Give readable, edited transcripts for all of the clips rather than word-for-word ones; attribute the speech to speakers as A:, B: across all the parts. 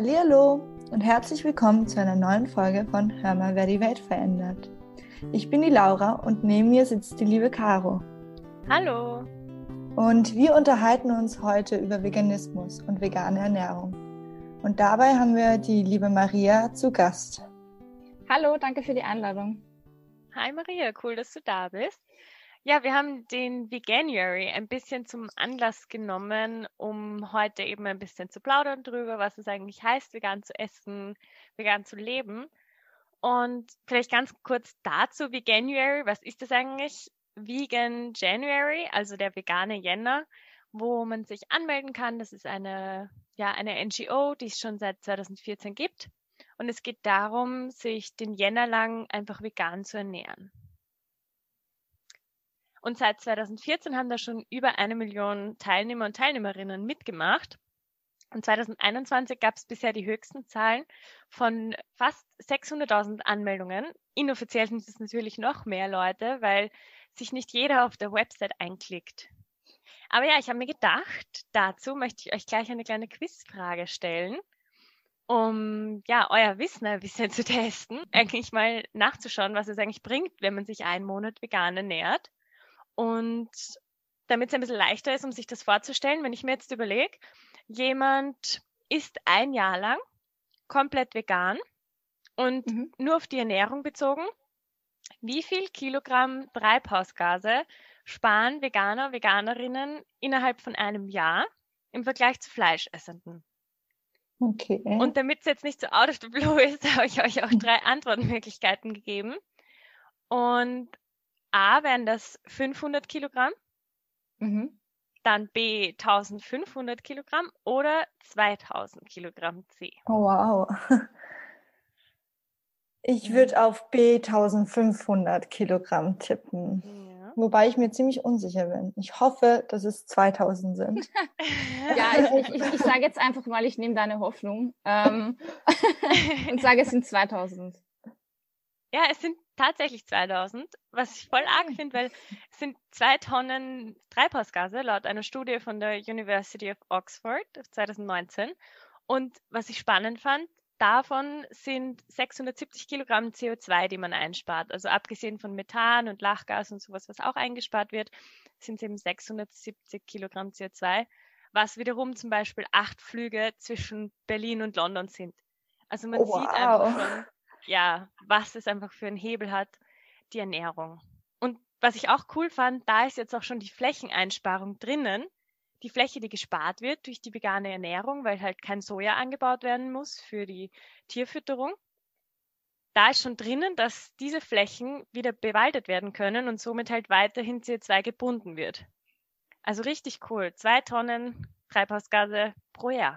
A: Hallihallo und herzlich willkommen zu einer neuen Folge von Hör mal, wer die Welt verändert. Ich bin die Laura und neben mir sitzt die liebe Caro.
B: Hallo!
A: Und wir unterhalten uns heute über Veganismus und vegane Ernährung. Und dabei haben wir die liebe Maria zu Gast.
C: Hallo, danke für die Einladung.
B: Hi Maria, cool, dass du da bist. Ja, wir haben den Veganuary ein bisschen zum Anlass genommen, um heute eben ein bisschen zu plaudern drüber, was es eigentlich heißt, vegan zu essen, vegan zu leben. Und vielleicht ganz kurz dazu, Veganuary, was ist das eigentlich? Vegan January, also der vegane Jänner, wo man sich anmelden kann. Das ist eine NGO, die es schon seit 2014 gibt. Und es geht darum, sich den Jänner lang einfach vegan zu ernähren. Und seit 2014 haben da schon über 1 Million Teilnehmer und Teilnehmerinnen mitgemacht. Und 2021 gab es bisher die höchsten Zahlen von fast 600.000 Anmeldungen. Inoffiziell sind es natürlich noch mehr Leute, weil sich nicht jeder auf der Website einklickt. Aber ja, ich habe mir gedacht, dazu möchte ich euch gleich eine kleine Quizfrage stellen, um ja euer Wissen ein bisschen zu testen, eigentlich mal nachzuschauen, was es eigentlich bringt, wenn man sich einen Monat vegan ernährt. Und damit es ein bisschen leichter ist, um sich das vorzustellen, wenn ich mir jetzt überlege, jemand isst ein Jahr lang komplett vegan und nur auf die Ernährung bezogen, wie viel Kilogramm Treibhausgase sparen Veganer, Veganerinnen innerhalb von einem Jahr im Vergleich zu Fleischessenden?
A: Okay.
B: Und damit es jetzt nicht so out of the blue ist, habe ich euch auch 3 Antwortmöglichkeiten gegeben. Und A wären das 500 Kilogramm, dann B 1500 Kilogramm oder 2000 Kilogramm C.
A: Oh wow. Ich würde auf B 1500 Kilogramm tippen. Ja. Wobei ich mir ziemlich unsicher bin. Ich hoffe, dass es 2000 sind.
C: Ja, ich sage jetzt einfach mal, ich nehme deine Hoffnung und sage, es sind 2000.
B: Ja, es sind tatsächlich 2000, was ich voll arg finde, weil es sind 2 Tonnen Treibhausgase laut einer Studie von der University of Oxford 2019. Und was ich spannend fand, davon sind 670 Kilogramm CO2, die man einspart. Also abgesehen von Methan und Lachgas und sowas, was auch eingespart wird, sind es eben 670 Kilogramm CO2, was wiederum zum Beispiel 8 Flüge zwischen Berlin und London sind. Also man sieht einfach schon, ja, was es einfach für einen Hebel hat, die Ernährung. Und was ich auch cool fand, da ist jetzt auch schon die Flächeneinsparung drinnen. Die Fläche, die gespart wird durch die vegane Ernährung, weil halt kein Soja angebaut werden muss für die Tierfütterung. Da ist schon drinnen, dass diese Flächen wieder bewaldet werden können und somit halt weiterhin CO2 gebunden wird. Also richtig cool. 2 Tonnen Treibhausgase pro Jahr.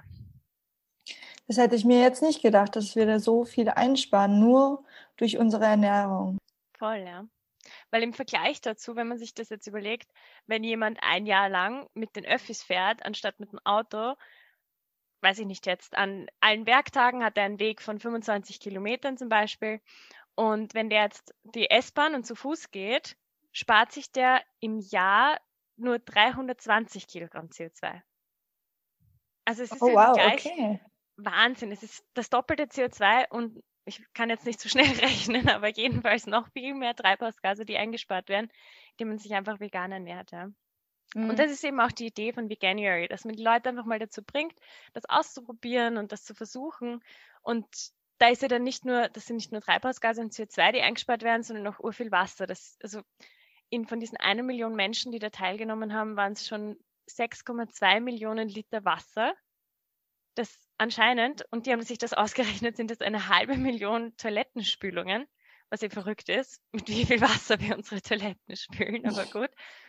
A: Das hätte ich mir jetzt nicht gedacht, dass wir da so viel einsparen, nur durch unsere Ernährung.
B: Voll, ja. Weil im Vergleich dazu, wenn man sich das jetzt überlegt, wenn jemand ein Jahr lang mit den Öffis fährt, anstatt mit dem Auto, weiß ich nicht jetzt, an allen Werktagen hat er einen Weg von 25 Kilometern zum Beispiel. Und wenn der jetzt die S-Bahn und zu Fuß geht, spart sich der im Jahr nur 320 Kilogramm CO2. Also es ist Vergleich Wahnsinn. Es ist das doppelte CO2 und ich kann jetzt nicht so schnell rechnen, aber jedenfalls noch viel mehr Treibhausgase, die eingespart werden, indem man sich einfach vegan ernährt. Ja. Und das ist eben auch die Idee von Veganuary, dass man die Leute einfach mal dazu bringt, das auszuprobieren und das zu versuchen. Und da ist ja dann das sind nicht nur Treibhausgase und CO2, die eingespart werden, sondern auch urviel Wasser. Von diesen 1 Million Menschen, die da teilgenommen haben, waren es schon 6,2 Millionen Liter Wasser. Das anscheinend, und die haben sich das ausgerechnet, sind das 500.000 Toilettenspülungen, was ja verrückt ist, mit wie viel Wasser wir unsere Toiletten spülen, aber gut.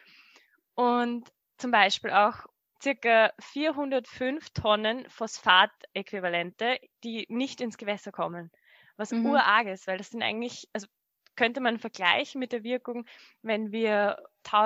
B: Und zum Beispiel auch circa 405 Tonnen Phosphatäquivalente, die nicht ins Gewässer kommen, was urarg ist, weil das sind eigentlich, also könnte man vergleichen mit der Wirkung, wenn wir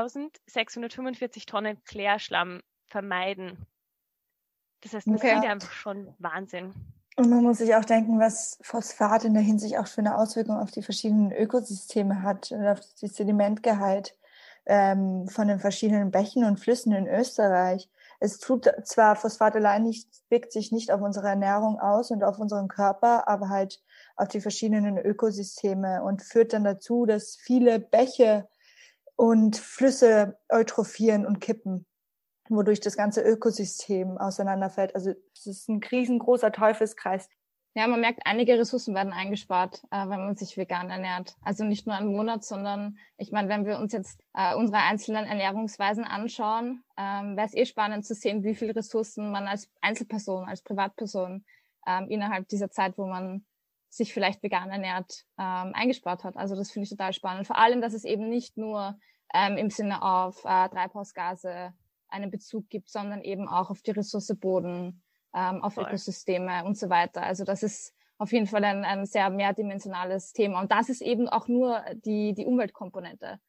B: 1645 Tonnen Klärschlamm vermeiden. Das heißt, man sieht einfach schon Wahnsinn.
A: Und man muss sich auch denken, was Phosphat in der Hinsicht auch für eine Auswirkung auf die verschiedenen Ökosysteme hat, auf das Sedimentgehalt von den verschiedenen Bächen und Flüssen in Österreich. Es tut zwar Phosphat allein nicht, wirkt sich nicht auf unsere Ernährung aus und auf unseren Körper, aber halt auf die verschiedenen Ökosysteme und führt dann dazu, dass viele Bäche und Flüsse eutrophieren und kippen, wodurch das ganze Ökosystem auseinanderfällt. Also es ist ein riesengroßer Teufelskreis.
C: Ja, man merkt, einige Ressourcen werden eingespart, wenn man sich vegan ernährt. Also nicht nur einen Monat, sondern ich meine, wenn wir uns jetzt unsere einzelnen Ernährungsweisen anschauen, wäre es spannend zu sehen, wie viele Ressourcen man als Einzelperson, als Privatperson innerhalb dieser Zeit, wo man sich vielleicht vegan ernährt, eingespart hat. Also das finde ich total spannend. Vor allem, dass es eben nicht nur im Sinne auf Treibhausgase einen Bezug gibt, sondern eben auch auf die Ressource Boden, auf Ökosysteme und so weiter. Also das ist auf jeden Fall ein sehr mehrdimensionales Thema. Und das ist eben auch nur die Umweltkomponente.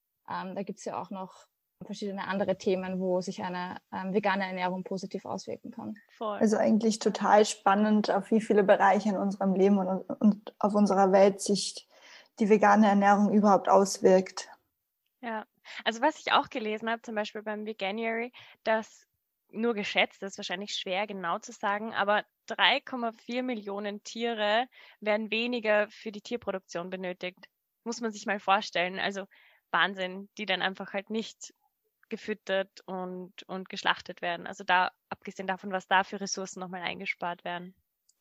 C: Da gibt's ja auch noch verschiedene andere Themen, wo sich eine vegane Ernährung positiv auswirken kann.
A: Voll. Also eigentlich total spannend, auf wie viele Bereiche in unserem Leben und auf unserer Welt sich die vegane Ernährung überhaupt auswirkt.
B: Ja, also was ich auch gelesen habe, zum Beispiel beim Veganuary, dass nur geschätzt, das ist wahrscheinlich schwer genau zu sagen, aber 3,4 Millionen Tiere werden weniger für die Tierproduktion benötigt. Muss man sich mal vorstellen. Also Wahnsinn, die dann einfach halt nicht gefüttert und geschlachtet werden. Also da, abgesehen davon, was da für Ressourcen nochmal eingespart werden.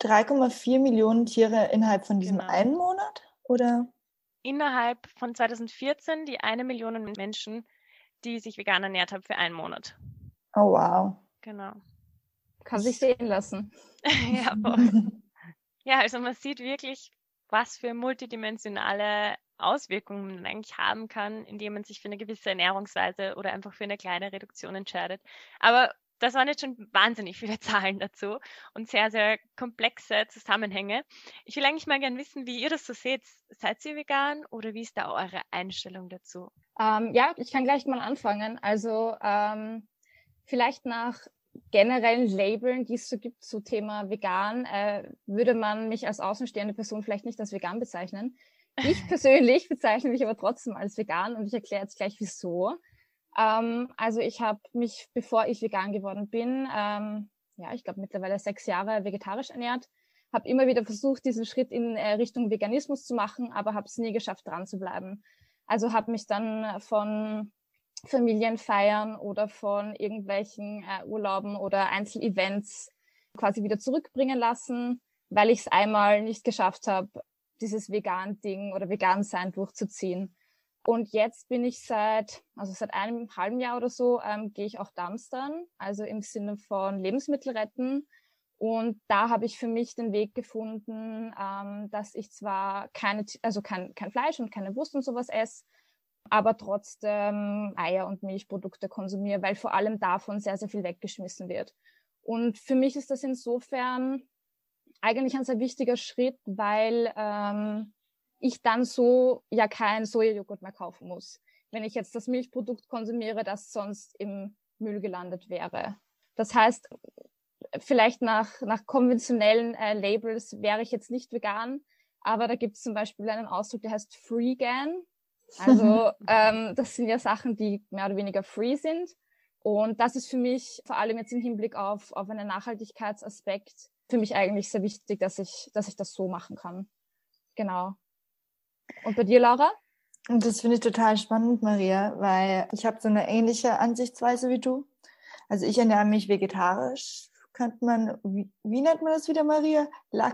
A: 3,4 Millionen Tiere innerhalb von diesem einen Monat, oder?
B: Innerhalb von 2014 die 1 Million Menschen, die sich vegan ernährt haben für einen Monat.
A: Oh, wow.
B: Genau.
C: Kann sich sehen lassen.
B: Ja, voll. Ja, also man sieht wirklich, was für multidimensionale Auswirkungen man eigentlich haben kann, indem man sich für eine gewisse Ernährungsweise oder einfach für eine kleine Reduktion entscheidet. Aber das waren jetzt schon wahnsinnig viele Zahlen dazu und sehr, sehr komplexe Zusammenhänge. Ich will eigentlich mal gerne wissen, wie ihr das so seht. Seid ihr vegan oder wie ist da eure Einstellung dazu?
C: Ja, ich kann gleich mal anfangen. Also vielleicht nach generellen Labeln, die es so gibt zu Thema vegan, würde man mich als außenstehende Person vielleicht nicht als vegan bezeichnen. Ich persönlich bezeichne mich aber trotzdem als vegan und ich erkläre jetzt gleich wieso. Also ich habe mich, bevor ich vegan geworden bin, ich glaube mittlerweile 6 Jahre vegetarisch ernährt, habe immer wieder versucht, diesen Schritt in Richtung Veganismus zu machen, aber habe es nie geschafft, dran zu bleiben. Also habe mich dann von Familienfeiern oder von irgendwelchen Urlauben oder Einzelevents quasi wieder zurückbringen lassen, weil ich es einmal nicht geschafft habe, dieses Vegan-Ding oder Vegan-Sein durchzuziehen. Und jetzt bin ich seit einem halben Jahr oder so, gehe ich auch dumpstern, also im Sinne von Lebensmittel retten. Und da habe ich für mich den Weg gefunden, dass ich zwar kein Fleisch und keine Wurst und sowas esse, aber trotzdem Eier und Milchprodukte konsumiere, weil vor allem davon sehr, sehr viel weggeschmissen wird. Und für mich ist das insofern eigentlich ein sehr wichtiger Schritt, weil ich dann so ja kein Sojajoghurt mehr kaufen muss, wenn ich jetzt das Milchprodukt konsumiere, das sonst im Müll gelandet wäre. Das heißt, vielleicht nach konventionellen Labels wäre ich jetzt nicht vegan, aber da gibt es zum Beispiel einen Ausdruck, der heißt Freegan. Also das sind ja Sachen, die mehr oder weniger free sind. Und das ist für mich, vor allem jetzt im Hinblick auf einen Nachhaltigkeitsaspekt, für mich eigentlich sehr wichtig, dass ich das so machen kann. Genau. Und bei dir, Laura?
A: Und das finde ich total spannend, Maria, weil ich habe so eine ähnliche Ansichtsweise wie du. Also ich ernähre mich vegetarisch. Könnte man, wie nennt man das wieder, Maria?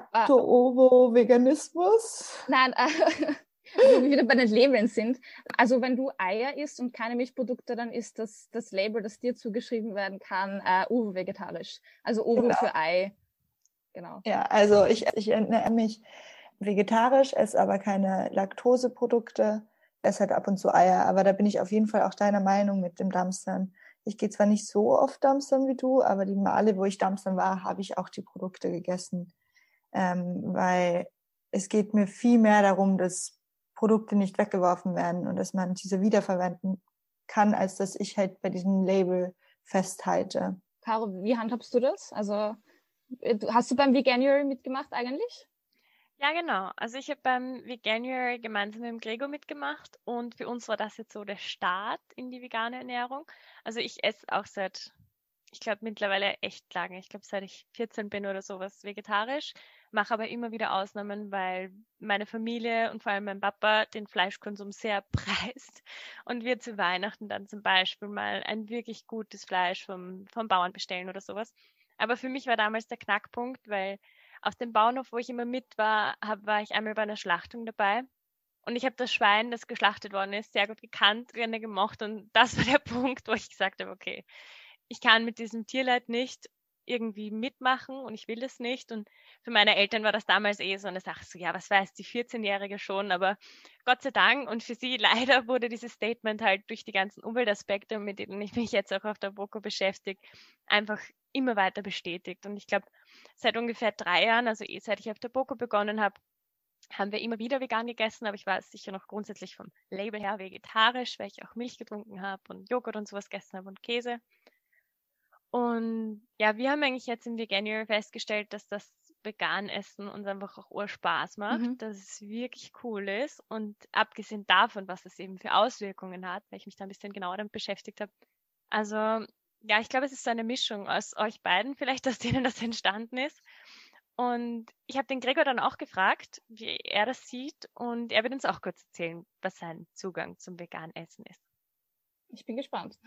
A: Lacto-Ovo-Veganismus?
C: Nein, wo wir wieder bei den Labeln sind. Also wenn du Eier isst und keine Milchprodukte, dann ist das Label, das dir zugeschrieben werden kann, Ovo-vegetarisch. Also Ovo genau. Für Ei. Genau.
A: Ja, also ich ernähre mich vegetarisch, esse aber keine Laktoseprodukte, esse halt ab und zu Eier, aber da bin ich auf jeden Fall auch deiner Meinung mit dem Dumpstern. Ich gehe zwar nicht so oft dumpstern wie du, aber die Male, wo ich dumpstern war, habe ich auch die Produkte gegessen, weil es geht mir viel mehr darum, dass Produkte nicht weggeworfen werden und dass man diese wiederverwenden kann, als dass ich halt bei diesem Label festhalte.
C: Caro, wie handhabst du das? Also hast du beim Veganuary mitgemacht eigentlich?
B: Ja, genau. Also ich habe beim Veganuary gemeinsam mit dem Gregor mitgemacht und für uns war das jetzt so der Start in die vegane Ernährung. Also ich esse auch seit ich glaube, mittlerweile echt lange. Ich glaube, seit ich 14 bin oder sowas vegetarisch. Mache aber immer wieder Ausnahmen, weil meine Familie und vor allem mein Papa den Fleischkonsum sehr preist und wir zu Weihnachten dann zum Beispiel mal ein wirklich gutes Fleisch vom Bauern bestellen oder sowas. Aber für mich war damals der Knackpunkt, weil auf dem Bauernhof, wo ich immer mit war ich einmal bei einer Schlachtung dabei. Und ich habe das Schwein, das geschlachtet worden ist, sehr gut gekannt, gerne gemocht. Und das war der Punkt, wo ich gesagt habe, okay, ich kann mit diesem Tierleid nicht irgendwie mitmachen und ich will das nicht. Und für meine Eltern war das damals so eine Sache, so ja, was weiß die 14-Jährige schon, aber Gott sei Dank und für sie leider wurde dieses Statement halt durch die ganzen Umweltaspekte, mit denen ich mich jetzt auch auf der BOKU beschäftige, einfach immer weiter bestätigt. Und ich glaube, seit ungefähr 3 Jahren, also seit ich auf der BOKU begonnen habe, haben wir immer wieder vegan gegessen, aber ich war sicher noch grundsätzlich vom Label her vegetarisch, weil ich auch Milch getrunken habe und Joghurt und sowas gegessen habe und Käse. Und ja, wir haben eigentlich jetzt im Veganuary festgestellt, dass das Vegan-Essen uns einfach auch Urspaß macht, dass es wirklich cool ist und abgesehen davon, was es eben für Auswirkungen hat, weil ich mich da ein bisschen genauer damit beschäftigt habe. Also ja, ich glaube, es ist so eine Mischung aus euch beiden vielleicht, aus denen das entstanden ist. Und ich habe den Gregor dann auch gefragt, wie er das sieht und er wird uns auch kurz erzählen, was sein Zugang zum veganen Essen ist.
C: Ich bin gespannt.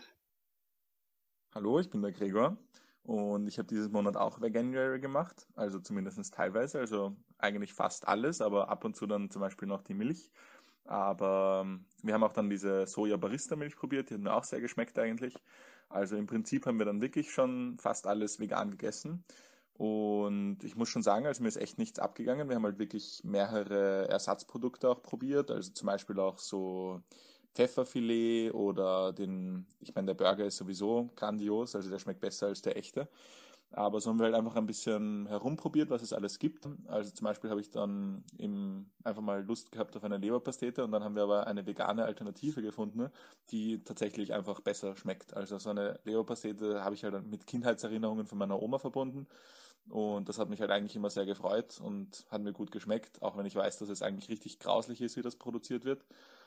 D: Hallo, ich bin der Gregor und ich habe dieses Monat auch Veganuary gemacht, also zumindest teilweise, also eigentlich fast alles, aber ab und zu dann zum Beispiel noch die Milch. Aber wir haben auch dann diese Soja-Barista-Milch probiert, die hat mir auch sehr geschmeckt eigentlich. Also im Prinzip haben wir dann wirklich schon fast alles vegan gegessen. Und ich muss schon sagen, also mir ist echt nichts abgegangen. Wir haben halt wirklich mehrere Ersatzprodukte auch probiert, also zum Beispiel auch so Pfefferfilet oder ich meine, der Burger ist sowieso grandios, also der schmeckt besser als der echte. Aber so haben wir halt einfach ein bisschen herumprobiert, was es alles gibt. Also zum Beispiel habe ich dann einfach mal Lust gehabt auf eine Leberpastete und dann haben wir aber eine vegane Alternative gefunden, die tatsächlich einfach besser schmeckt. Also so eine Leberpastete habe ich halt mit Kindheitserinnerungen von meiner Oma verbunden und das hat mich halt eigentlich immer sehr gefreut und hat mir gut geschmeckt, auch wenn ich weiß, dass es eigentlich richtig grauslich ist, wie das produziert wird.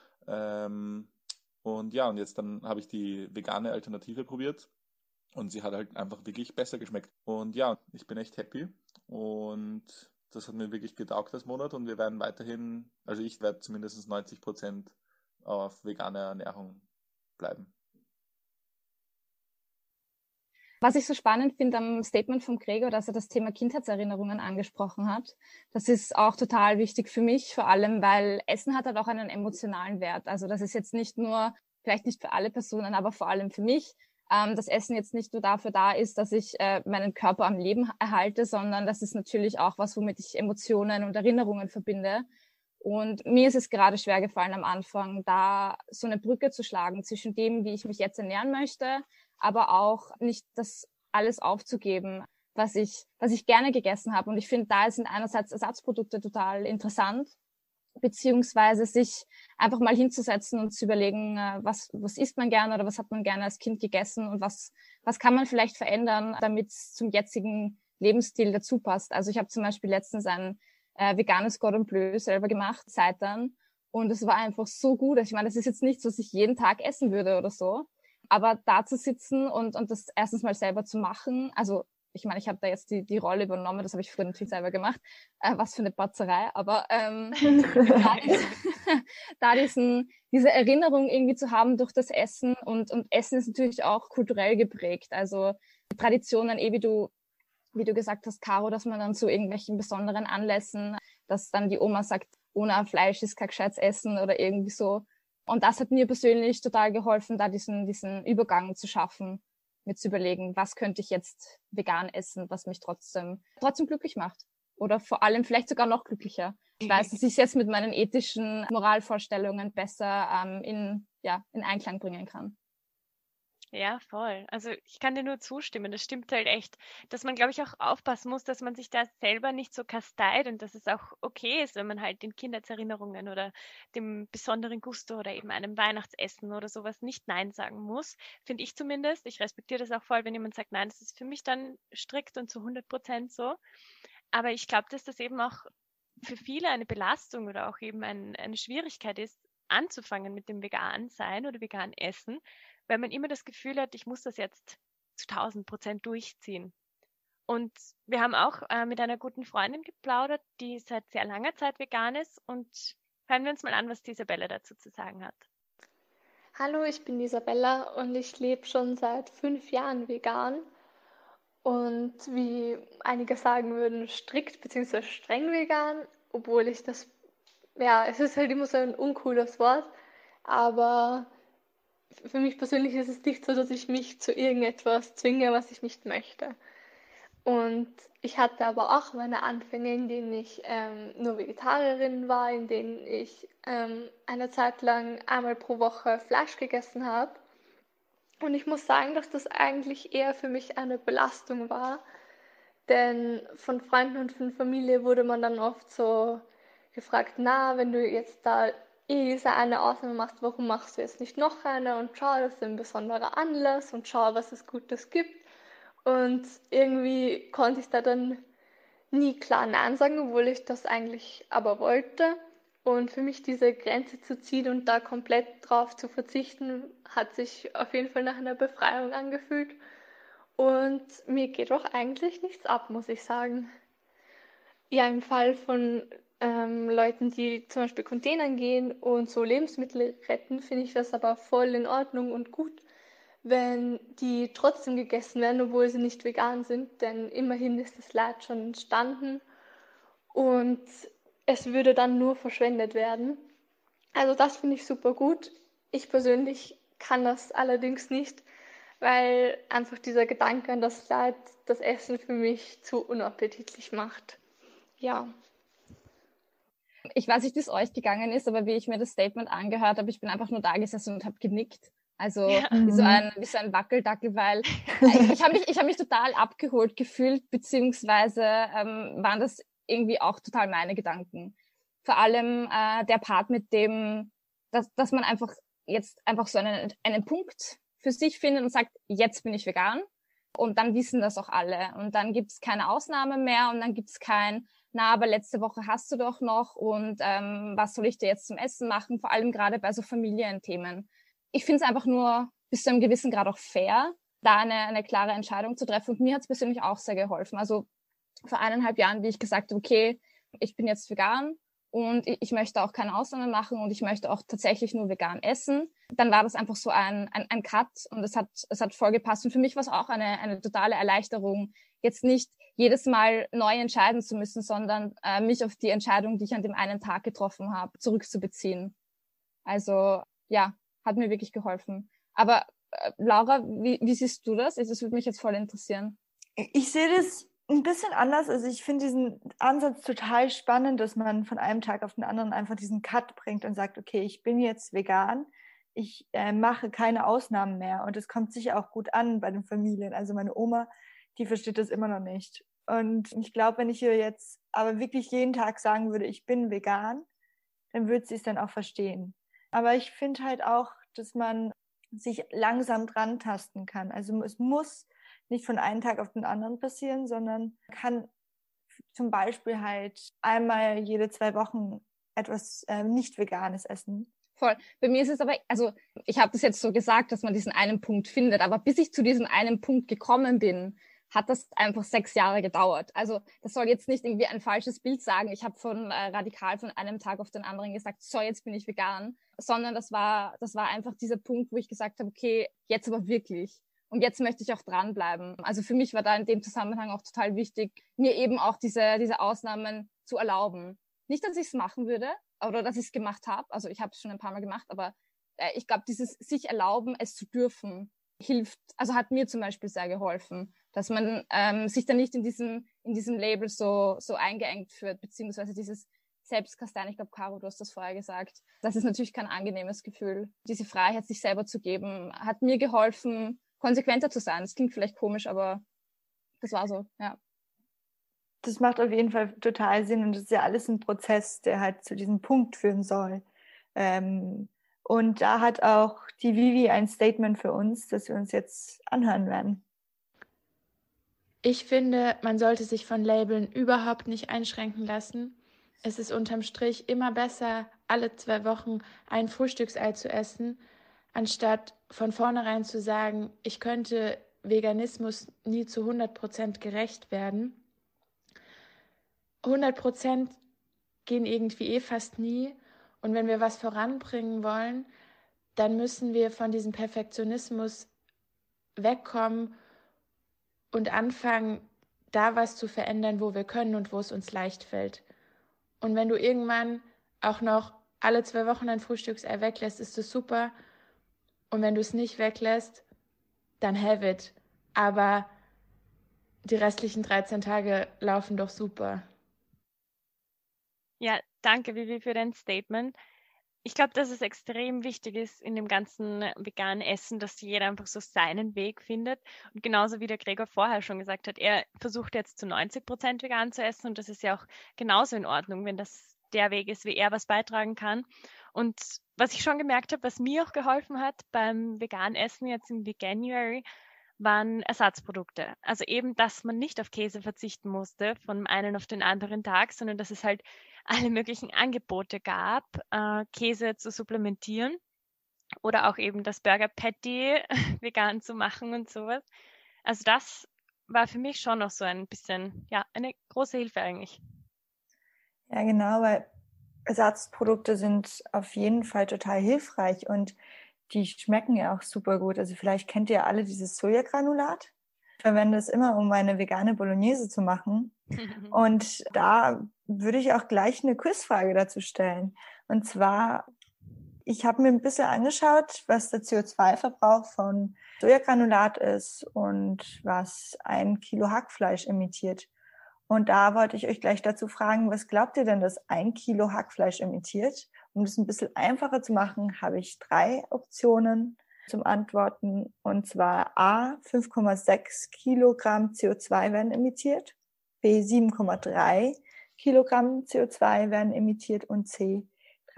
D: Und ja, und jetzt dann habe ich die vegane Alternative probiert und sie hat halt einfach wirklich besser geschmeckt. Und ja, ich bin echt happy und das hat mir wirklich getaugt das Monat und wir werden weiterhin, also ich werde zumindest 90% auf vegane Ernährung bleiben.
C: Was ich so spannend finde am Statement von Gregor, dass er das Thema Kindheitserinnerungen angesprochen hat. Das ist auch total wichtig für mich, vor allem, weil Essen hat halt auch einen emotionalen Wert. Also das ist jetzt nicht nur, vielleicht nicht für alle Personen, aber vor allem für mich, dass Essen jetzt nicht nur dafür da ist, dass ich meinen Körper am Leben erhalte, sondern das ist natürlich auch was, womit ich Emotionen und Erinnerungen verbinde. Und mir ist es gerade schwer gefallen am Anfang, da so eine Brücke zu schlagen zwischen dem, wie ich mich jetzt ernähren möchte, aber auch nicht das alles aufzugeben, was ich gerne gegessen habe. Und ich finde, da sind einerseits Ersatzprodukte total interessant, beziehungsweise sich einfach mal hinzusetzen und zu überlegen, was isst man gerne oder was hat man gerne als Kind gegessen und was kann man vielleicht verändern, damit es zum jetzigen Lebensstil dazu passt. Also ich habe zum Beispiel letztens ein veganes Cordon Bleu selber gemacht, Seitan, und es war einfach so gut. Ich meine, das ist jetzt nichts, was ich jeden Tag essen würde oder so, aber da zu sitzen und das erstens mal selber zu machen, also ich meine, ich habe da jetzt die Rolle übernommen, das habe ich früher natürlich selber gemacht, was für eine Batzerei, aber da diese Erinnerung irgendwie zu haben durch das Essen und Essen ist natürlich auch kulturell geprägt, also Traditionen, wie du gesagt hast, Caro, dass man dann zu irgendwelchen besonderen Anlässen, dass dann die Oma sagt, ohne Fleisch ist kein gescheites Essen oder irgendwie so. Und das hat mir persönlich total geholfen, da diesen Übergang zu schaffen, mir zu überlegen, was könnte ich jetzt vegan essen, was mich trotzdem glücklich macht. Oder vor allem vielleicht sogar noch glücklicher. Ich weiß, dass ich es jetzt mit meinen ethischen Moralvorstellungen besser in Einklang bringen kann.
B: Ja, voll. Also ich kann dir nur zustimmen. Das stimmt halt echt, dass man, glaube ich, auch aufpassen muss, dass man sich da selber nicht so kasteit und dass es auch okay ist, wenn man halt den Kindheitserinnerungen oder dem besonderen Gusto oder eben einem Weihnachtsessen oder sowas nicht Nein sagen muss. Finde ich zumindest. Ich respektiere das auch voll, wenn jemand sagt, nein, das ist für mich dann strikt und zu 100% so. Aber ich glaube, dass das eben auch für viele eine Belastung oder auch eben eine Schwierigkeit ist, anzufangen mit dem vegan sein oder vegan essen, weil man immer das Gefühl hat, ich muss das jetzt zu 1000% durchziehen. Und wir haben auch mit einer guten Freundin geplaudert, die seit sehr langer Zeit vegan ist, und hören wir uns mal an, was die Isabella dazu zu sagen hat.
E: Hallo, ich bin Isabella und ich lebe schon seit 5 Jahren vegan und wie einige sagen würden, strikt bzw. streng vegan, obwohl ich das, ja, es ist halt immer so ein uncooles Wort, aber für mich persönlich ist es nicht so, dass ich mich zu irgendetwas zwinge, was ich nicht möchte. Und ich hatte aber auch meine Anfänge, in denen ich nur Vegetarierin war, in denen ich eine Zeit lang einmal pro Woche Fleisch gegessen habe. Und ich muss sagen, dass das eigentlich eher für mich eine Belastung war, denn von Freunden und von Familie wurde man dann oft so gefragt, na, wenn du jetzt da diese eine Ausnahme machst, warum machst du jetzt nicht noch eine? Und schau, das ist ein besonderer Anlass und schau, was es Gutes gibt. Und irgendwie konnte ich da dann nie klar Nein sagen, obwohl ich das eigentlich aber wollte. Und für mich diese Grenze zu ziehen und da komplett drauf zu verzichten, hat sich auf jeden Fall nach einer Befreiung angefühlt. Und mir geht auch eigentlich nichts ab, muss ich sagen. Ja, im Fall von Leuten, die zum Beispiel Containern gehen und so Lebensmittel retten, finde ich das aber voll in Ordnung und gut, wenn die trotzdem gegessen werden, obwohl sie nicht vegan sind, denn immerhin ist das Leid schon entstanden und es würde dann nur verschwendet werden. Also das finde ich super gut. Ich persönlich kann das allerdings nicht, weil einfach dieser Gedanke an das Leid das Essen für mich zu unappetitlich macht. Ja.
C: Ich weiß nicht, wie es euch gegangen ist, aber wie ich mir das Statement angehört habe, ich bin einfach nur da gesessen und habe genickt. Also wie so ein Wackeldackel, weil ich hab mich total abgeholt gefühlt, beziehungsweise waren das irgendwie auch total meine Gedanken. Vor allem der Part mit dem, dass man einfach jetzt einfach so einen Punkt für sich findet und sagt, jetzt bin ich vegan. Und dann wissen das auch alle. Und dann gibt's keine Ausnahme mehr und dann gibt's kein, na, aber letzte Woche hast du doch noch und was soll ich dir jetzt zum Essen machen? Vor allem gerade bei so Familienthemen. Ich finde es einfach nur bis zu einem gewissen Grad auch fair, da eine klare Entscheidung zu treffen. Und mir hat es persönlich auch sehr geholfen. Also vor 1,5 Jahren, wie ich gesagt habe, okay, ich bin jetzt vegan und ich möchte auch keine Ausnahme machen und ich möchte auch tatsächlich nur vegan essen. Dann war das einfach so ein Cut und es hat voll gepasst. Und für mich war es auch eine totale Erleichterung, jetzt nicht jedes Mal neu entscheiden zu müssen, sondern mich auf die Entscheidung, die ich an dem einen Tag getroffen habe, zurückzubeziehen. Also ja, hat mir wirklich geholfen. Aber Laura, wie siehst du das? Das würde mich jetzt voll interessieren.
A: Ich sehe das ein bisschen anders. Also ich finde diesen Ansatz total spannend, dass man von einem Tag auf den anderen einfach diesen Cut bringt und sagt, okay, ich bin jetzt vegan, ich mache keine Ausnahmen mehr. Und es kommt sicher auch gut an bei den Familien. Also meine Oma, die versteht das immer noch nicht. Und ich glaube, wenn ich ihr jetzt aber wirklich jeden Tag sagen würde, ich bin vegan, dann würde sie es dann auch verstehen. Aber ich finde halt auch, dass man sich langsam dran tasten kann. Also es muss nicht von einem Tag auf den anderen passieren, sondern kann zum Beispiel halt einmal jede 2 Wochen etwas nicht Veganes essen.
C: Voll. Bei mir ist es aber, also ich habe das jetzt so gesagt, dass man diesen einen Punkt findet, aber bis ich zu diesem einen Punkt gekommen bin, hat das einfach 6 Jahre gedauert. Also das soll jetzt nicht irgendwie ein falsches Bild sagen. Ich habe radikal von einem Tag auf den anderen gesagt, so jetzt bin ich vegan, sondern das war einfach dieser Punkt, wo ich gesagt habe, okay, jetzt aber wirklich. Und jetzt möchte ich auch dranbleiben. Also für mich war da in dem Zusammenhang auch total wichtig, mir eben auch diese Ausnahmen zu erlauben. Nicht, dass ich es machen würde oder dass ich es gemacht habe. Also ich habe es schon ein paar Mal gemacht, aber ich glaube, dieses sich erlauben, es zu dürfen, hilft, also hat mir zum Beispiel sehr geholfen, dass man sich dann nicht in diesem Label so eingeengt führt, beziehungsweise dieses Selbstkasteien. Ich glaube, Caro, du hast das vorher gesagt. Das ist natürlich kein angenehmes Gefühl. Diese Freiheit, sich selber zu geben, hat mir geholfen, konsequenter zu sein. Das klingt vielleicht komisch, aber das war so, ja.
A: Das macht auf jeden Fall total Sinn und das ist ja alles ein Prozess, der halt zu diesem Punkt führen soll. Und da hat auch die Vivi ein Statement für uns, das wir uns jetzt anhören werden.
F: Ich finde, man sollte sich von Labeln überhaupt nicht einschränken lassen. Es ist unterm Strich immer besser, alle 2 Wochen ein Frühstücksei zu essen, anstatt von vornherein zu sagen, ich könnte Veganismus nie zu 100% gerecht werden. 100% gehen irgendwie fast nie. Und wenn wir was voranbringen wollen, dann müssen wir von diesem Perfektionismus wegkommen und anfangen, da was zu verändern, wo wir können und wo es uns leicht fällt. Und wenn du irgendwann auch noch alle 2 Wochen ein Frühstücksei weglässt, ist das super. Und wenn du es nicht weglässt, dann have it. Aber die restlichen 13 Tage laufen doch super.
B: Ja, danke, Vivi, für dein Statement. Ich glaube, dass es extrem wichtig ist in dem ganzen veganen Essen, dass jeder einfach so seinen Weg findet. Und genauso wie der Gregor vorher schon gesagt hat, er versucht jetzt zu 90% vegan zu essen und das ist ja auch genauso in Ordnung, wenn das der Weg ist, wie er was beitragen kann. Und was ich schon gemerkt habe, was mir auch geholfen hat beim veganen Essen jetzt im Veganuary, waren Ersatzprodukte. Also eben, dass man nicht auf Käse verzichten musste von einem auf den anderen Tag, sondern dass es halt alle möglichen Angebote gab, Käse zu supplementieren oder auch eben das Burger Patty vegan zu machen und sowas. Also das war für mich schon noch so ein bisschen, ja, eine große Hilfe eigentlich.
A: Ja, genau, weil Ersatzprodukte sind auf jeden Fall total hilfreich und die schmecken ja auch super gut. Also vielleicht kennt ihr alle dieses Sojagranulat. Ich verwende es immer, um meine vegane Bolognese zu machen. Und da würde ich auch gleich eine Quizfrage dazu stellen. Und zwar, ich habe mir ein bisschen angeschaut, was der CO2-Verbrauch von Sojagranulat ist und was 1 Kilo Hackfleisch emittiert. Und da wollte ich euch gleich dazu fragen, was glaubt ihr denn, dass 1 Kilo Hackfleisch emittiert? Um das ein bisschen einfacher zu machen, habe ich 3 Optionen zum Antworten. Und zwar A, 5,6 Kilogramm CO2 werden emittiert, B, 7,3 Kilogramm CO2 werden emittiert und C,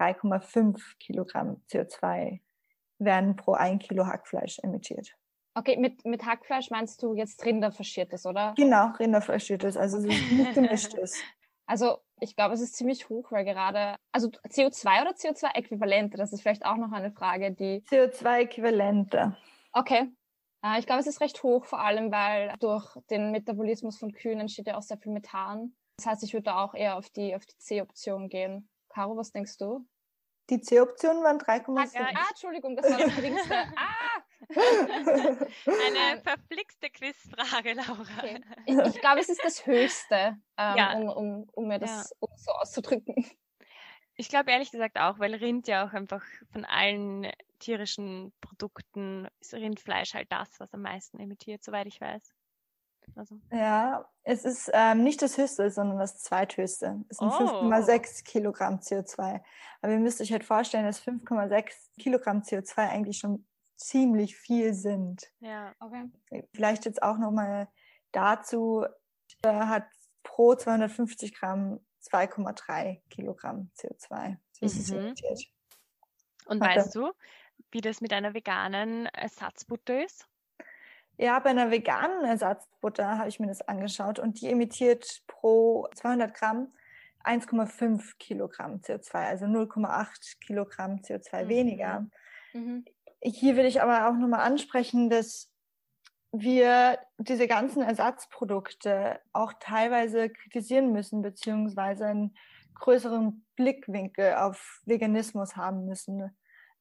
A: 3,5 Kilogramm CO2 werden pro 1 Kilo Hackfleisch emittiert.
C: Okay, mit Hackfleisch meinst du jetzt Rinderfaschiertes, oder?
A: Genau, Rinderfaschiertes, also so nicht gemischtes.
C: Also ich glaube, es ist ziemlich hoch, weil gerade, also CO2 oder CO2-Äquivalente, das ist vielleicht auch noch eine Frage, die...
A: CO2-Äquivalente.
C: Okay. Ich glaube, es ist recht hoch, vor allem, weil durch den Metabolismus von Kühen entsteht ja auch sehr viel Methan. Das heißt, ich würde da auch eher auf die C-Option gehen. Caro, was denkst du?
A: Die C-Option waren 3,6.
C: Entschuldigung, das war das geringste.
B: Eine verflixte Quizfrage, Laura.
C: Okay. Ich glaube, es ist das Höchste,
B: Ja.
C: um mir das so auszudrücken.
B: Ich glaube ehrlich gesagt auch, weil Rind ja auch einfach von allen tierischen Produkten ist Rindfleisch halt das, was am meisten emittiert, soweit ich weiß. Also.
A: Ja, es ist nicht das Höchste, sondern das Zweithöchste. Es sind 5,6 Kilogramm CO2. Aber ihr müsst euch halt vorstellen, dass 5,6 Kilogramm CO2 eigentlich schon ziemlich viel sind.
B: Ja,
C: okay.
A: Vielleicht jetzt auch nochmal dazu, hat pro 250 Gramm 2,3 Kilogramm CO2. Das ist emittiert.
B: Und weißt du, wie das mit einer veganen Ersatzbutter ist?
A: Ja, bei einer veganen Ersatzbutter habe ich mir das angeschaut und die emittiert pro 200 Gramm 1,5 Kilogramm CO2, also 0,8 Kilogramm CO2 weniger.
C: Mhm.
A: Hier will ich aber auch nochmal ansprechen, dass wir diese ganzen Ersatzprodukte auch teilweise kritisieren müssen, beziehungsweise einen größeren Blickwinkel auf Veganismus haben müssen,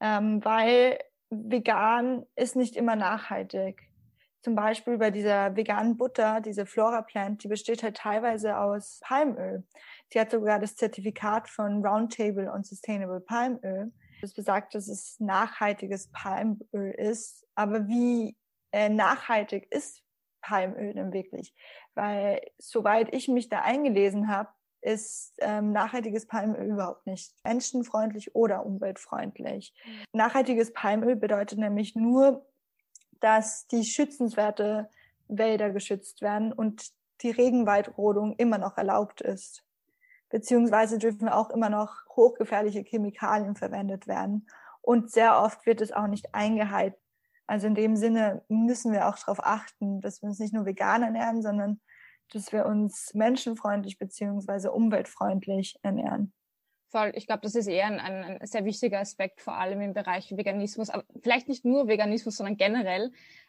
A: weil vegan ist nicht immer nachhaltig. Zum Beispiel bei dieser veganen Butter, diese Flora Plant, die besteht halt teilweise aus Palmöl. Sie hat sogar das Zertifikat von Roundtable on Sustainable Palmöl. Das besagt, dass es nachhaltiges Palmöl ist. Aber wie nachhaltig ist Palmöl denn wirklich? Weil soweit ich mich da eingelesen habe, ist nachhaltiges Palmöl überhaupt nicht menschenfreundlich oder umweltfreundlich. Nachhaltiges Palmöl bedeutet nämlich nur, dass die schützenswerte Wälder geschützt werden und die Regenwaldrodung immer noch erlaubt ist. Beziehungsweise dürfen auch immer noch hochgefährliche Chemikalien verwendet werden. Und sehr oft wird es auch nicht eingehalten. Also in dem Sinne müssen wir auch darauf achten, dass wir uns nicht nur vegan ernähren, sondern dass wir uns menschenfreundlich beziehungsweise umweltfreundlich ernähren.
C: Voll, ich glaube, das ist eher ein sehr wichtiger Aspekt, vor allem im Bereich Veganismus, aber vielleicht nicht nur Veganismus, sondern generell.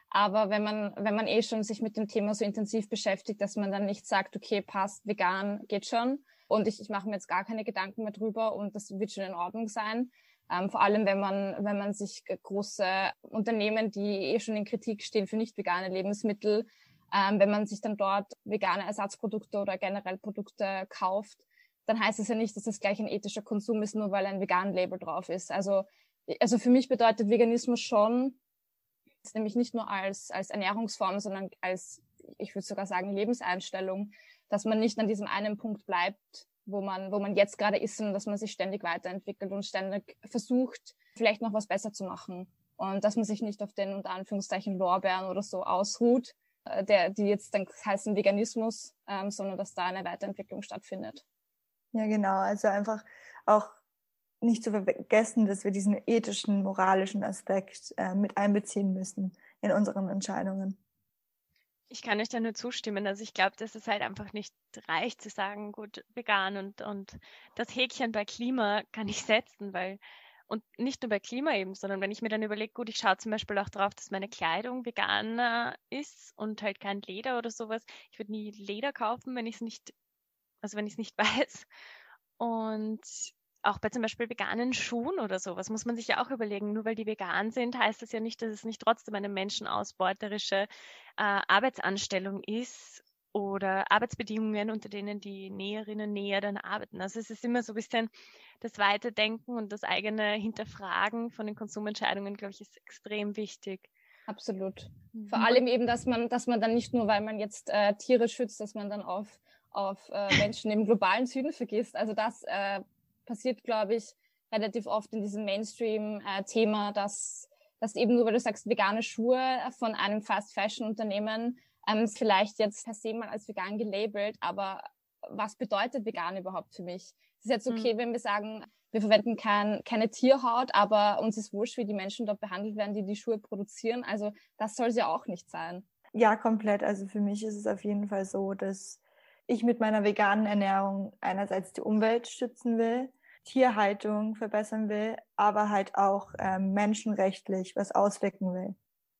C: Aber wenn man eh schon sich mit dem Thema so intensiv beschäftigt, dass man dann nicht sagt, okay, passt, vegan geht schon und ich mache mir jetzt gar keine Gedanken mehr drüber und das wird schon in Ordnung sein. Vor allem, wenn man sich große Unternehmen, die eh schon in Kritik stehen für nicht vegane Lebensmittel, wenn man sich dann dort vegane Ersatzprodukte oder generell Produkte kauft, dann heißt es ja nicht, dass das gleich ein ethischer Konsum ist, nur weil ein vegan Label drauf ist. Also für mich bedeutet Veganismus schon, nämlich nicht nur als Ernährungsform, sondern als, ich würde sogar sagen, Lebenseinstellung, dass man nicht an diesem einen Punkt bleibt, wo man jetzt gerade ist, sondern dass man sich ständig weiterentwickelt und ständig versucht, vielleicht noch was besser zu machen. Und dass man sich nicht auf den, unter Anführungszeichen, Lorbeeren oder so ausruht, die jetzt dann heißen Veganismus, sondern dass da eine Weiterentwicklung stattfindet.
A: Ja, genau. Also einfach auch nicht zu vergessen, dass wir diesen ethischen, moralischen Aspekt mit einbeziehen müssen in unseren Entscheidungen.
B: Ich kann euch da nur zustimmen. Also ich glaube, dass es halt einfach nicht reicht zu sagen, gut, vegan und das Häkchen bei Klima kann ich setzen, weil, und nicht nur bei Klima eben, sondern wenn ich mir dann überlege, gut, ich schaue zum Beispiel auch drauf, dass meine Kleidung vegan ist und halt kein Leder oder sowas. Ich würde nie Leder kaufen, wenn ich es nicht weiß. Und auch bei zum Beispiel veganen Schuhen oder sowas muss man sich ja auch überlegen, nur weil die vegan sind, heißt das ja nicht, dass es nicht trotzdem eine menschenausbeuterische Arbeitsanstellung ist oder Arbeitsbedingungen, unter denen die Näherinnen, Näher dann arbeiten. Also es ist immer so ein bisschen das Weiterdenken und das eigene Hinterfragen von den Konsumentscheidungen, glaube ich, ist extrem wichtig.
C: Absolut. Vor allem eben, dass man dann nicht nur, weil man jetzt Tiere schützt, dass man dann auf Menschen im globalen Süden vergisst. Also das passiert, glaube ich, relativ oft in diesem Mainstream-Thema, dass eben nur, weil du sagst, vegane Schuhe von einem Fast-Fashion-Unternehmen vielleicht jetzt per se mal als vegan gelabelt, aber was bedeutet vegan überhaupt für mich? Es ist jetzt okay, wenn wir sagen, wir verwenden keine Tierhaut, aber uns ist wurscht, wie die Menschen dort behandelt werden, die Schuhe produzieren. Also das soll es ja auch nicht sein.
A: Ja, komplett. Also für mich ist es auf jeden Fall so, dass ich mit meiner veganen Ernährung einerseits die Umwelt schützen will, Tierhaltung verbessern will, aber halt auch menschenrechtlich was auswirken will.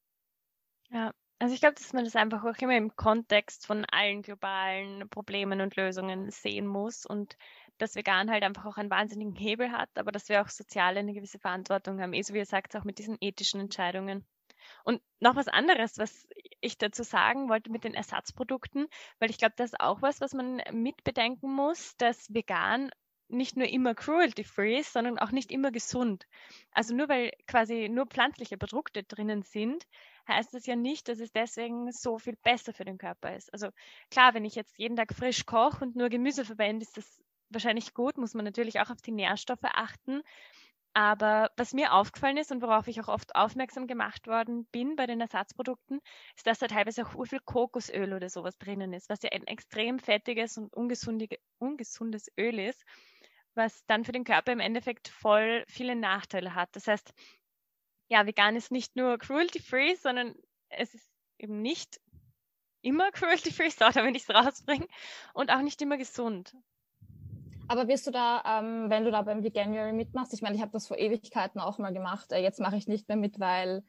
B: Ja, also ich glaube, dass man das einfach auch immer im Kontext von allen globalen Problemen und Lösungen sehen muss und dass vegan halt einfach auch einen wahnsinnigen Hebel hat, aber dass wir auch sozial eine gewisse Verantwortung haben, so wie ihr sagt, auch mit diesen ethischen Entscheidungen. Und noch was anderes, was ich dazu sagen wollte mit den Ersatzprodukten, weil ich glaube, das ist auch was man mitbedenken muss, dass vegan nicht nur immer cruelty-free ist, sondern auch nicht immer gesund. Also nur weil quasi nur pflanzliche Produkte drinnen sind, heißt das ja nicht, dass es deswegen so viel besser für den Körper ist. Also klar, wenn ich jetzt jeden Tag frisch koche und nur Gemüse verwende, ist das wahrscheinlich gut, muss man natürlich auch auf die Nährstoffe achten. Aber was mir aufgefallen ist und worauf ich auch oft aufmerksam gemacht worden bin bei den Ersatzprodukten, ist, dass da teilweise auch urviel Kokosöl oder sowas drinnen ist, was ja ein extrem fettiges und ungesundes Öl ist, was dann für den Körper im Endeffekt voll viele Nachteile hat. Das heißt, ja, vegan ist nicht nur cruelty-free, sondern es ist eben nicht immer cruelty-free, wenn ich es rausbringe, und auch nicht immer gesund.
C: Aber wirst du da, wenn du da beim Veganuary mitmachst, ich meine, ich habe das vor Ewigkeiten auch mal gemacht, jetzt mache ich nicht mehr mit, weil,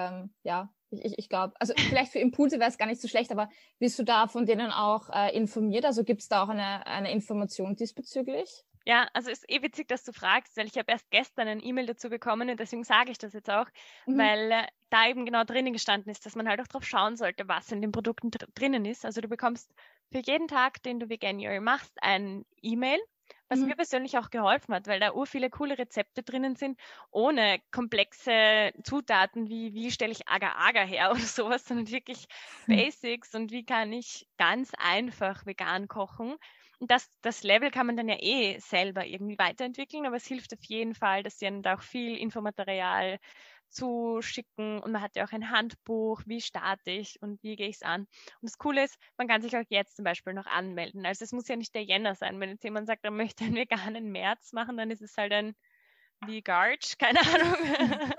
C: ich glaube, also vielleicht für Impulse wäre es gar nicht so schlecht, aber wirst du da von denen auch informiert? Also gibt es da auch eine Information diesbezüglich?
B: Ja, also ist witzig, dass du fragst, weil ich habe erst gestern ein E-Mail dazu bekommen und deswegen sage ich das jetzt auch, weil da eben genau drinnen gestanden ist, dass man halt auch drauf schauen sollte, was in den Produkten drinnen ist. Also du bekommst für jeden Tag, den du Veganuary machst, ein E-Mail, was mir persönlich auch geholfen hat, weil da viele coole Rezepte drinnen sind, ohne komplexe Zutaten wie stelle ich Agar-Agar her oder sowas, sondern wirklich Basics und wie kann ich ganz einfach vegan kochen. Und das Level kann man dann ja selber irgendwie weiterentwickeln, aber es hilft auf jeden Fall, dass sie einem da auch viel Infomaterial zuschicken und man hat ja auch ein Handbuch, wie starte ich und wie gehe ich es an. Und das Coole ist, man kann sich auch jetzt zum Beispiel noch anmelden. Also es muss ja nicht der Jänner sein. Wenn jetzt jemand sagt, er möchte einen veganen März machen, dann ist es halt ein Garch, keine Ahnung.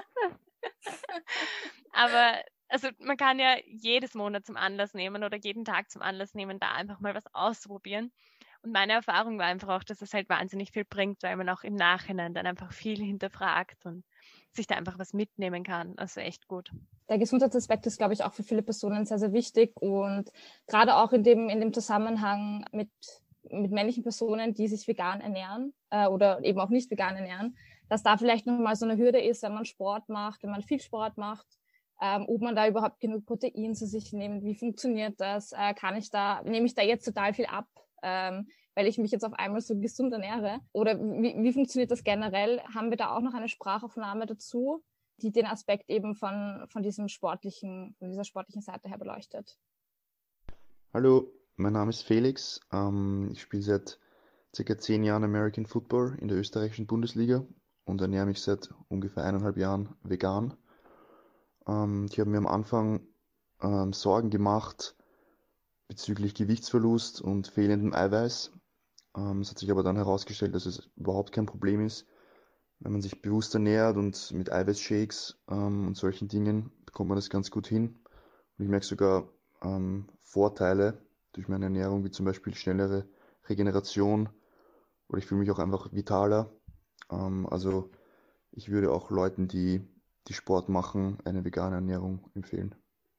B: Aber also man kann ja jedes Monat zum Anlass nehmen oder jeden Tag zum Anlass nehmen, da einfach mal was auszuprobieren. Und meine Erfahrung war einfach auch, dass es halt wahnsinnig viel bringt, weil man auch im Nachhinein dann einfach viel hinterfragt und sich da einfach was mitnehmen kann. Also echt gut.
C: Der Gesundheitsaspekt ist, glaube ich, auch für viele Personen sehr, sehr wichtig. Und gerade auch in dem Zusammenhang mit männlichen Personen, die sich vegan ernähren oder eben auch nicht vegan ernähren, dass da vielleicht nochmal so eine Hürde ist, wenn man Sport macht, wenn man viel Sport macht, ob man da überhaupt genug Protein zu sich nimmt, wie funktioniert das, nehme ich da jetzt total viel ab, weil ich mich jetzt auf einmal so gesund ernähre? Oder wie funktioniert das generell? Haben wir da auch noch eine Sprachaufnahme dazu, die den Aspekt eben von dieser sportlichen Seite her beleuchtet?
G: Hallo, mein Name ist Felix. Ich spiele seit circa 10 Jahren American Football in der österreichischen Bundesliga und ernähre mich seit ungefähr 1,5 Jahren vegan. Ich habe mir am Anfang Sorgen gemacht bezüglich Gewichtsverlust und fehlendem Eiweiß. Es hat sich aber dann herausgestellt, dass es überhaupt kein Problem ist. Wenn man sich bewusst ernährt und mit Eiweißshakes und solchen Dingen bekommt man das ganz gut hin. Und ich merke sogar Vorteile durch meine Ernährung, wie zum Beispiel schnellere Regeneration oder ich fühle mich auch einfach vitaler. Also ich würde auch Leuten, die Sport machen, eine vegane Ernährung empfehlen.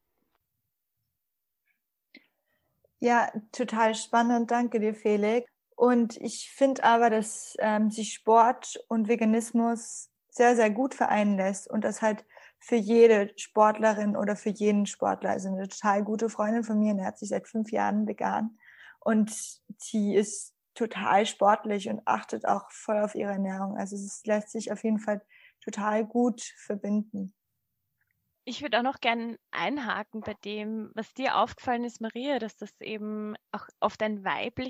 A: Ja, total spannend. Danke dir, Felix. Und ich finde aber, dass sich Sport und Veganismus sehr, sehr gut vereinen lässt und das halt für jede Sportlerin oder für jeden Sportler. Also eine total gute Freundin von mir, die hat sich seit 5 Jahren vegan und sie ist total sportlich und achtet auch voll auf ihre Ernährung. Also es lässt sich auf jeden Fall total gut verbinden.
B: Ich würde auch noch gerne einhaken bei dem, was dir aufgefallen ist, Maria, dass das eben auch oft eine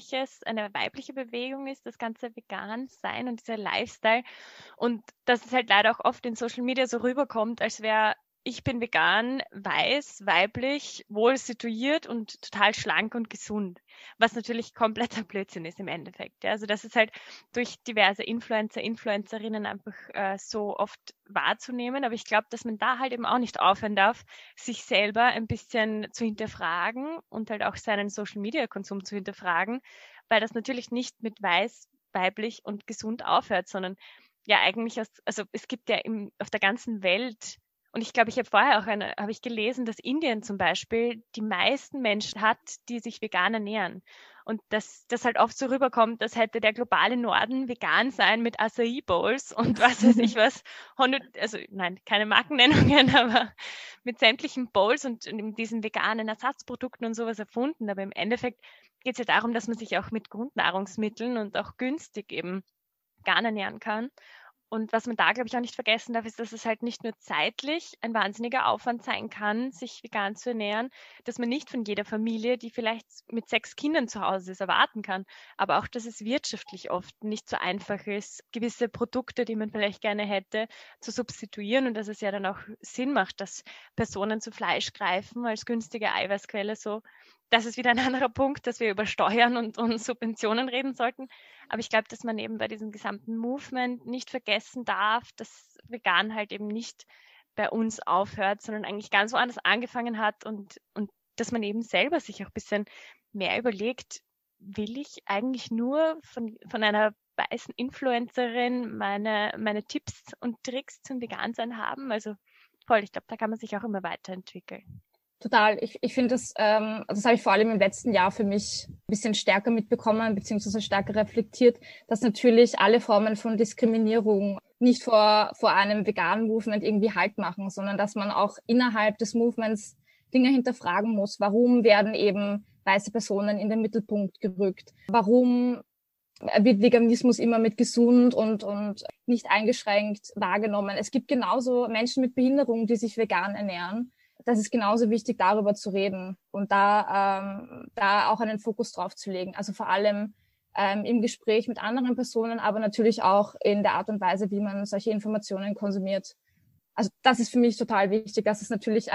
B: weibliche Bewegung ist, das ganze Vegan-Sein und dieser Lifestyle. Und dass es halt leider auch oft in Social Media so rüberkommt, als wäre ich bin vegan, weiß, weiblich, wohl situiert und total schlank und gesund. Was natürlich kompletter Blödsinn ist im Endeffekt. Ja. Also das ist halt durch diverse Influencerinnen einfach so oft wahrzunehmen. Aber ich glaube, dass man da halt eben auch nicht aufhören darf, sich selber ein bisschen zu hinterfragen und halt auch seinen Social-Media-Konsum zu hinterfragen, weil das natürlich nicht mit weiß, weiblich und gesund aufhört, sondern ja eigentlich also es gibt ja auf der ganzen Welt. Und ich glaube, ich habe vorher habe ich gelesen, dass Indien zum Beispiel die meisten Menschen hat, die sich vegan ernähren. Und dass das halt oft so rüberkommt, als hätte der globale Norden vegan sein mit Acai Bowls und was weiß ich was. Also nein, keine Markennennungen, aber mit sämtlichen Bowls und diesen veganen Ersatzprodukten und sowas erfunden. Aber im Endeffekt geht es ja darum, dass man sich auch mit Grundnahrungsmitteln und auch günstig eben vegan ernähren kann. Und was man da, glaube ich, auch nicht vergessen darf, ist, dass es halt nicht nur zeitlich ein wahnsinniger Aufwand sein kann, sich vegan zu ernähren, dass man nicht von jeder Familie, die vielleicht mit 6 Kindern zu Hause ist, erwarten kann. Aber auch, dass es wirtschaftlich oft nicht so einfach ist, gewisse Produkte, die man vielleicht gerne hätte, zu substituieren und dass es ja dann auch Sinn macht, dass Personen zu Fleisch greifen als günstige Eiweißquelle. So, das ist wieder ein anderer Punkt, dass wir über Steuern und Subventionen reden sollten. Aber ich glaube, dass man eben bei diesem gesamten Movement nicht vergessen darf, dass vegan halt eben nicht bei uns aufhört, sondern eigentlich ganz woanders angefangen hat und dass man eben selber sich auch ein bisschen mehr überlegt, will ich eigentlich nur von einer weißen Influencerin meine Tipps und Tricks zum Vegansein haben? Also voll, ich glaube, da kann man sich auch immer weiterentwickeln.
C: Total. Ich finde das habe ich vor allem im letzten Jahr für mich ein bisschen stärker mitbekommen, beziehungsweise stärker reflektiert, dass natürlich alle Formen von Diskriminierung nicht vor einem veganen Movement irgendwie Halt machen, sondern dass man auch innerhalb des Movements Dinge hinterfragen muss. Warum werden eben weiße Personen in den Mittelpunkt gerückt? Warum wird Veganismus immer mit gesund und nicht eingeschränkt wahrgenommen? Es gibt genauso Menschen mit Behinderung, die sich vegan ernähren. Das ist genauso wichtig, darüber zu reden und da auch einen Fokus drauf zu legen. Also vor allem im Gespräch mit anderen Personen, aber natürlich auch in der Art und Weise, wie man solche Informationen konsumiert. Also das ist für mich total wichtig, dass es natürlich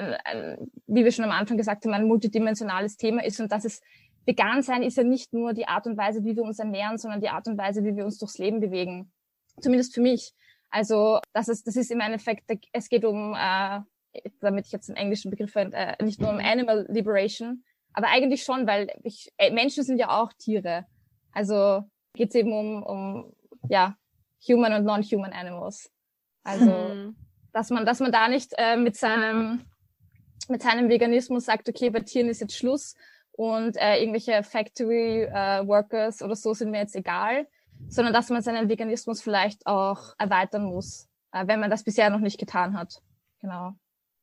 C: wie wir schon am Anfang gesagt haben, ein multidimensionales Thema ist und dass es vegan sein ist ja nicht nur die Art und Weise, wie wir uns ernähren, sondern die Art und Weise, wie wir uns durchs Leben bewegen. Zumindest für mich. Also das ist im Endeffekt, es geht um damit ich jetzt einen englischen Begriff verwende, nicht nur um Animal Liberation, aber eigentlich schon, weil Menschen sind ja auch Tiere. Also geht es eben um Human und Non-Human Animals. Also dass man da nicht mit seinem Veganismus sagt, okay, bei Tieren ist jetzt Schluss und irgendwelche Factory Workers oder so sind mir jetzt egal, sondern dass man seinen Veganismus vielleicht auch erweitern muss, wenn man das bisher noch nicht getan hat. Genau.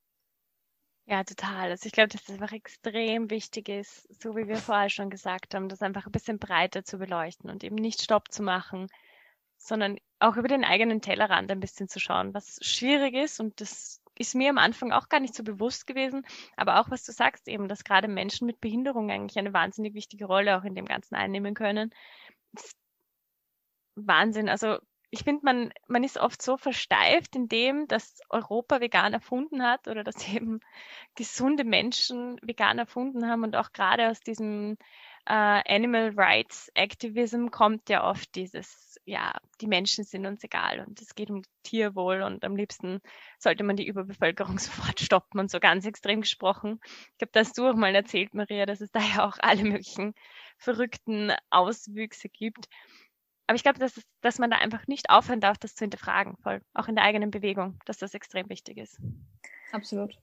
B: Ja, total. Also ich glaube, dass das einfach extrem wichtig ist, so wie wir vorher schon gesagt haben, das einfach ein bisschen breiter zu beleuchten und eben nicht Stopp zu machen, sondern auch über den eigenen Tellerrand ein bisschen zu schauen, was schwierig ist. Und das ist mir am Anfang auch gar nicht so bewusst gewesen. Aber auch, was du sagst eben, dass gerade Menschen mit Behinderung eigentlich eine wahnsinnig wichtige Rolle auch in dem Ganzen einnehmen können. Das ist Wahnsinn. Also ich finde, man ist oft so versteift in dem, dass Europa vegan erfunden hat oder dass eben gesunde Menschen vegan erfunden haben. Und auch gerade aus diesem Animal Rights Activism kommt ja oft dieses, ja, die Menschen sind uns egal und es geht um Tierwohl und am liebsten sollte man die Überbevölkerung sofort stoppen und so ganz extrem gesprochen. Ich glaube, da hast du auch mal erzählt, Maria, dass es da ja auch alle möglichen verrückten Auswüchse gibt. Aber ich glaube, dass man da einfach nicht aufhören darf, das zu hinterfragen, voll, auch in der eigenen Bewegung, dass das extrem wichtig ist.
C: Absolut.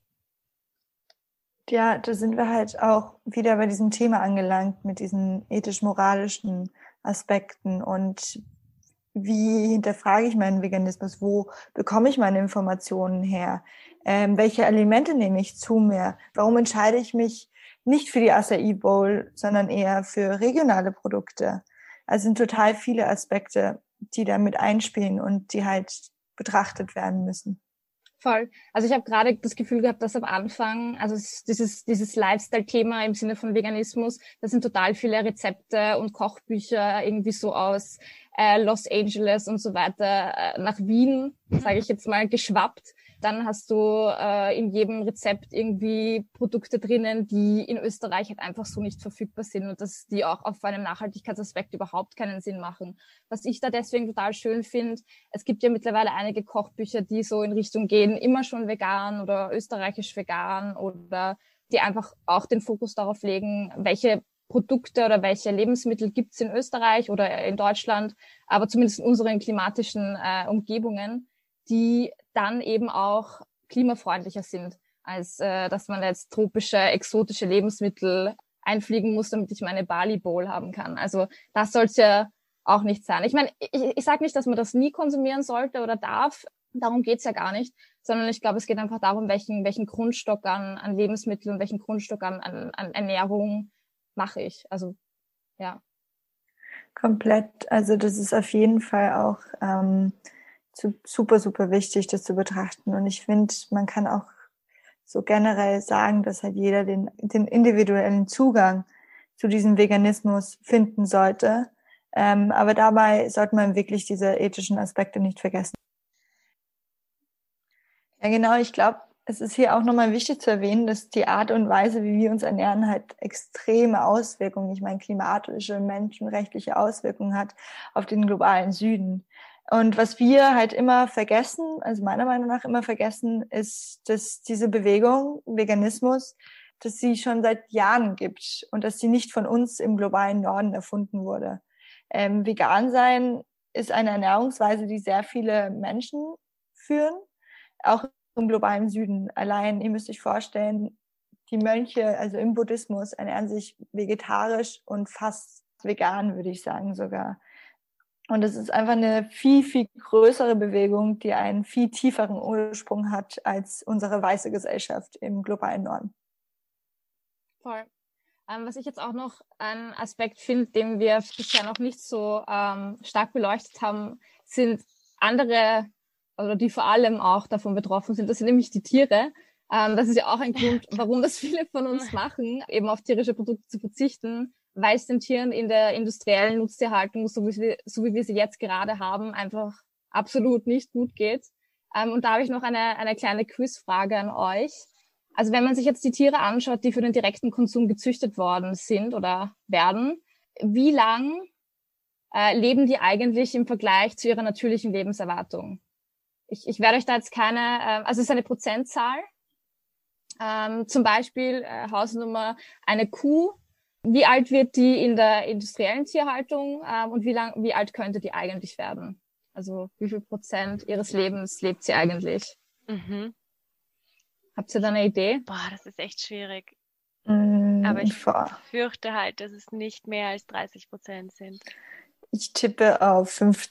A: Ja, da sind wir halt auch wieder bei diesem Thema angelangt mit diesen ethisch-moralischen Aspekten und wie hinterfrage ich meinen Veganismus, wo bekomme ich meine Informationen her, welche Elemente nehme ich zu mir, warum entscheide ich mich nicht für die Acai Bowl, sondern eher für regionale Produkte. Also sind total viele Aspekte, die da mit einspielen und die halt betrachtet werden müssen.
C: Voll. Also ich habe gerade das Gefühl gehabt, dass am Anfang, also dieses Lifestyle-Thema im Sinne von Veganismus, da sind total viele Rezepte und Kochbücher irgendwie so aus Los Angeles und so weiter nach Wien, sage ich jetzt mal, geschwappt. Dann hast du in jedem Rezept irgendwie Produkte drinnen, die in Österreich halt einfach so nicht verfügbar sind und dass die auch auf einem Nachhaltigkeitsaspekt überhaupt keinen Sinn machen. Was ich da deswegen total schön finde, es gibt ja mittlerweile einige Kochbücher, die so in Richtung gehen, immer schon vegan oder österreichisch vegan oder die einfach auch den Fokus darauf legen, welche Produkte oder welche Lebensmittel gibt's in Österreich oder in Deutschland, aber zumindest in unseren klimatischen Umgebungen, die dann eben auch klimafreundlicher sind, als dass man jetzt tropische, exotische Lebensmittel einfliegen muss, damit ich meine Bali Bowl haben kann. Also das soll es ja auch nicht sein. Ich meine, ich sage nicht, dass man das nie konsumieren sollte oder darf, darum geht's ja gar nicht, sondern ich glaube, es geht einfach darum, welchen Grundstock an Lebensmitteln und welchen Grundstock an Ernährung mache ich. Also ja.
A: Komplett. Also das ist auf jeden Fall auch super, super wichtig, das zu betrachten. Und ich finde, man kann auch so generell sagen, dass halt jeder den individuellen Zugang zu diesem Veganismus finden sollte. Aber dabei sollte man wirklich diese ethischen Aspekte nicht vergessen. Ja, genau. Ich glaube, es ist hier auch nochmal wichtig zu erwähnen, dass die Art und Weise, wie wir uns ernähren, halt extreme Auswirkungen, ich meine klimatische, menschenrechtliche Auswirkungen hat auf den globalen Süden. Und was wir halt immer vergessen, also meiner Meinung nach immer vergessen, ist, dass diese Bewegung, Veganismus, dass sie schon seit Jahren gibt und dass sie nicht von uns im globalen Norden erfunden wurde. Vegan sein ist eine Ernährungsweise, die sehr viele Menschen führen, auch im globalen Süden. Allein, ihr müsst euch vorstellen, die Mönche, also im Buddhismus, ernähren sich vegetarisch und fast vegan, würde ich sagen sogar. Und es ist einfach eine viel, viel größere Bewegung, die einen viel tieferen Ursprung hat als unsere weiße Gesellschaft im globalen Norden.
C: Voll. Was ich jetzt auch noch einen Aspekt finde, den wir bisher noch nicht so stark beleuchtet haben, sind andere, oder die vor allem auch davon betroffen sind. Das sind nämlich die Tiere. Das ist ja auch ein Grund, warum das viele von uns machen, eben auf tierische Produkte zu verzichten, weil es den Tieren in der industriellen Nutztierhaltung, so wie wir sie jetzt gerade haben, einfach absolut nicht gut geht. Und da habe ich noch eine kleine Quizfrage an euch. Also wenn man sich jetzt die Tiere anschaut, die für den direkten Konsum gezüchtet worden sind oder werden, wie lang leben die eigentlich im Vergleich zu ihrer natürlichen Lebenserwartung? Ich werde euch da jetzt keine, also es ist eine Prozentzahl. Zum Beispiel Hausnummer, eine Kuh Wie alt wird die in der industriellen Tierhaltung und wie alt könnte die eigentlich werden? Also wie viel Prozent ihres Lebens lebt sie eigentlich?
B: Mhm.
C: Habt ihr da eine Idee?
B: Boah, das ist echt schwierig.
A: Mm,
B: Aber ich
A: boah.
B: fürchte halt, dass es nicht mehr als 30% sind.
A: Ich tippe auf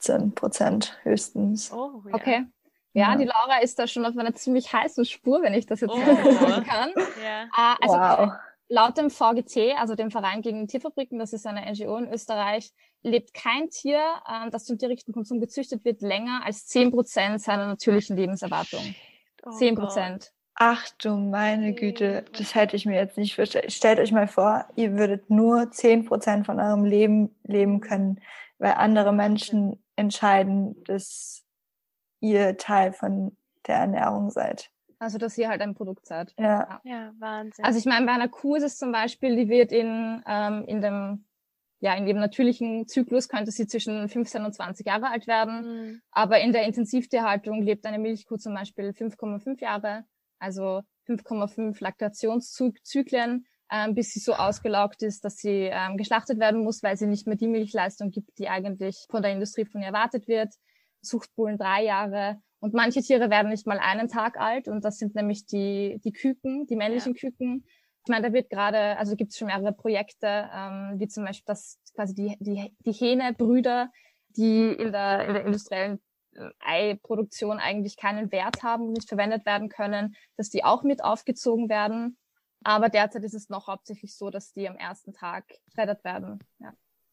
A: 15% höchstens.
B: Oh, ja.
C: Okay. Ja,
A: Ja.
C: die Laura ist da schon auf einer ziemlich heißen Spur, wenn ich das jetzt
B: Oh.
C: so sagen kann.
B: Ja.
C: Also
A: Wow.
C: laut dem VGT, also dem Verein gegen Tierfabriken, das ist eine NGO in Österreich, lebt kein Tier, das zum direkten Konsum gezüchtet wird, länger als 10% seiner natürlichen Lebenserwartung.
B: Oh
C: 10%.
A: Ach du meine Güte, das hätte ich mir jetzt nicht vorgestellt. Stellt euch mal vor, ihr würdet nur 10% von eurem Leben leben können, weil andere Menschen entscheiden, dass ihr Teil von der Ernährung seid.
C: Also, dass ihr halt ein Produkt seid.
A: Ja.
B: Ja, Wahnsinn.
C: Also ich meine, bei einer Kuh ist es zum Beispiel, die wird in dem natürlichen Zyklus könnte sie zwischen 15 und 20 Jahre alt werden. Aber in der Intensivtierhaltung lebt eine Milchkuh zum Beispiel 5,5 Jahre, also 5,5 Laktationszyklen, bis sie so ausgelaugt ist, dass sie geschlachtet werden muss, weil sie nicht mehr die Milchleistung gibt, die eigentlich von der Industrie von ihr erwartet wird. Zuchtbullen 3 Jahre. Und manche Tiere werden nicht mal einen Tag alt. Und das sind nämlich die Küken, die männlichen Küken. Ich meine, da wird gerade, also gibt es schon mehrere Projekte, wie zum Beispiel, dass quasi die Hähnebrüder, die in der industriellen Eiproduktion eigentlich keinen Wert haben und nicht verwendet werden können, dass die auch mit aufgezogen werden. Aber derzeit ist es noch hauptsächlich so, dass die am ersten Tag geschreddert werden. Ja.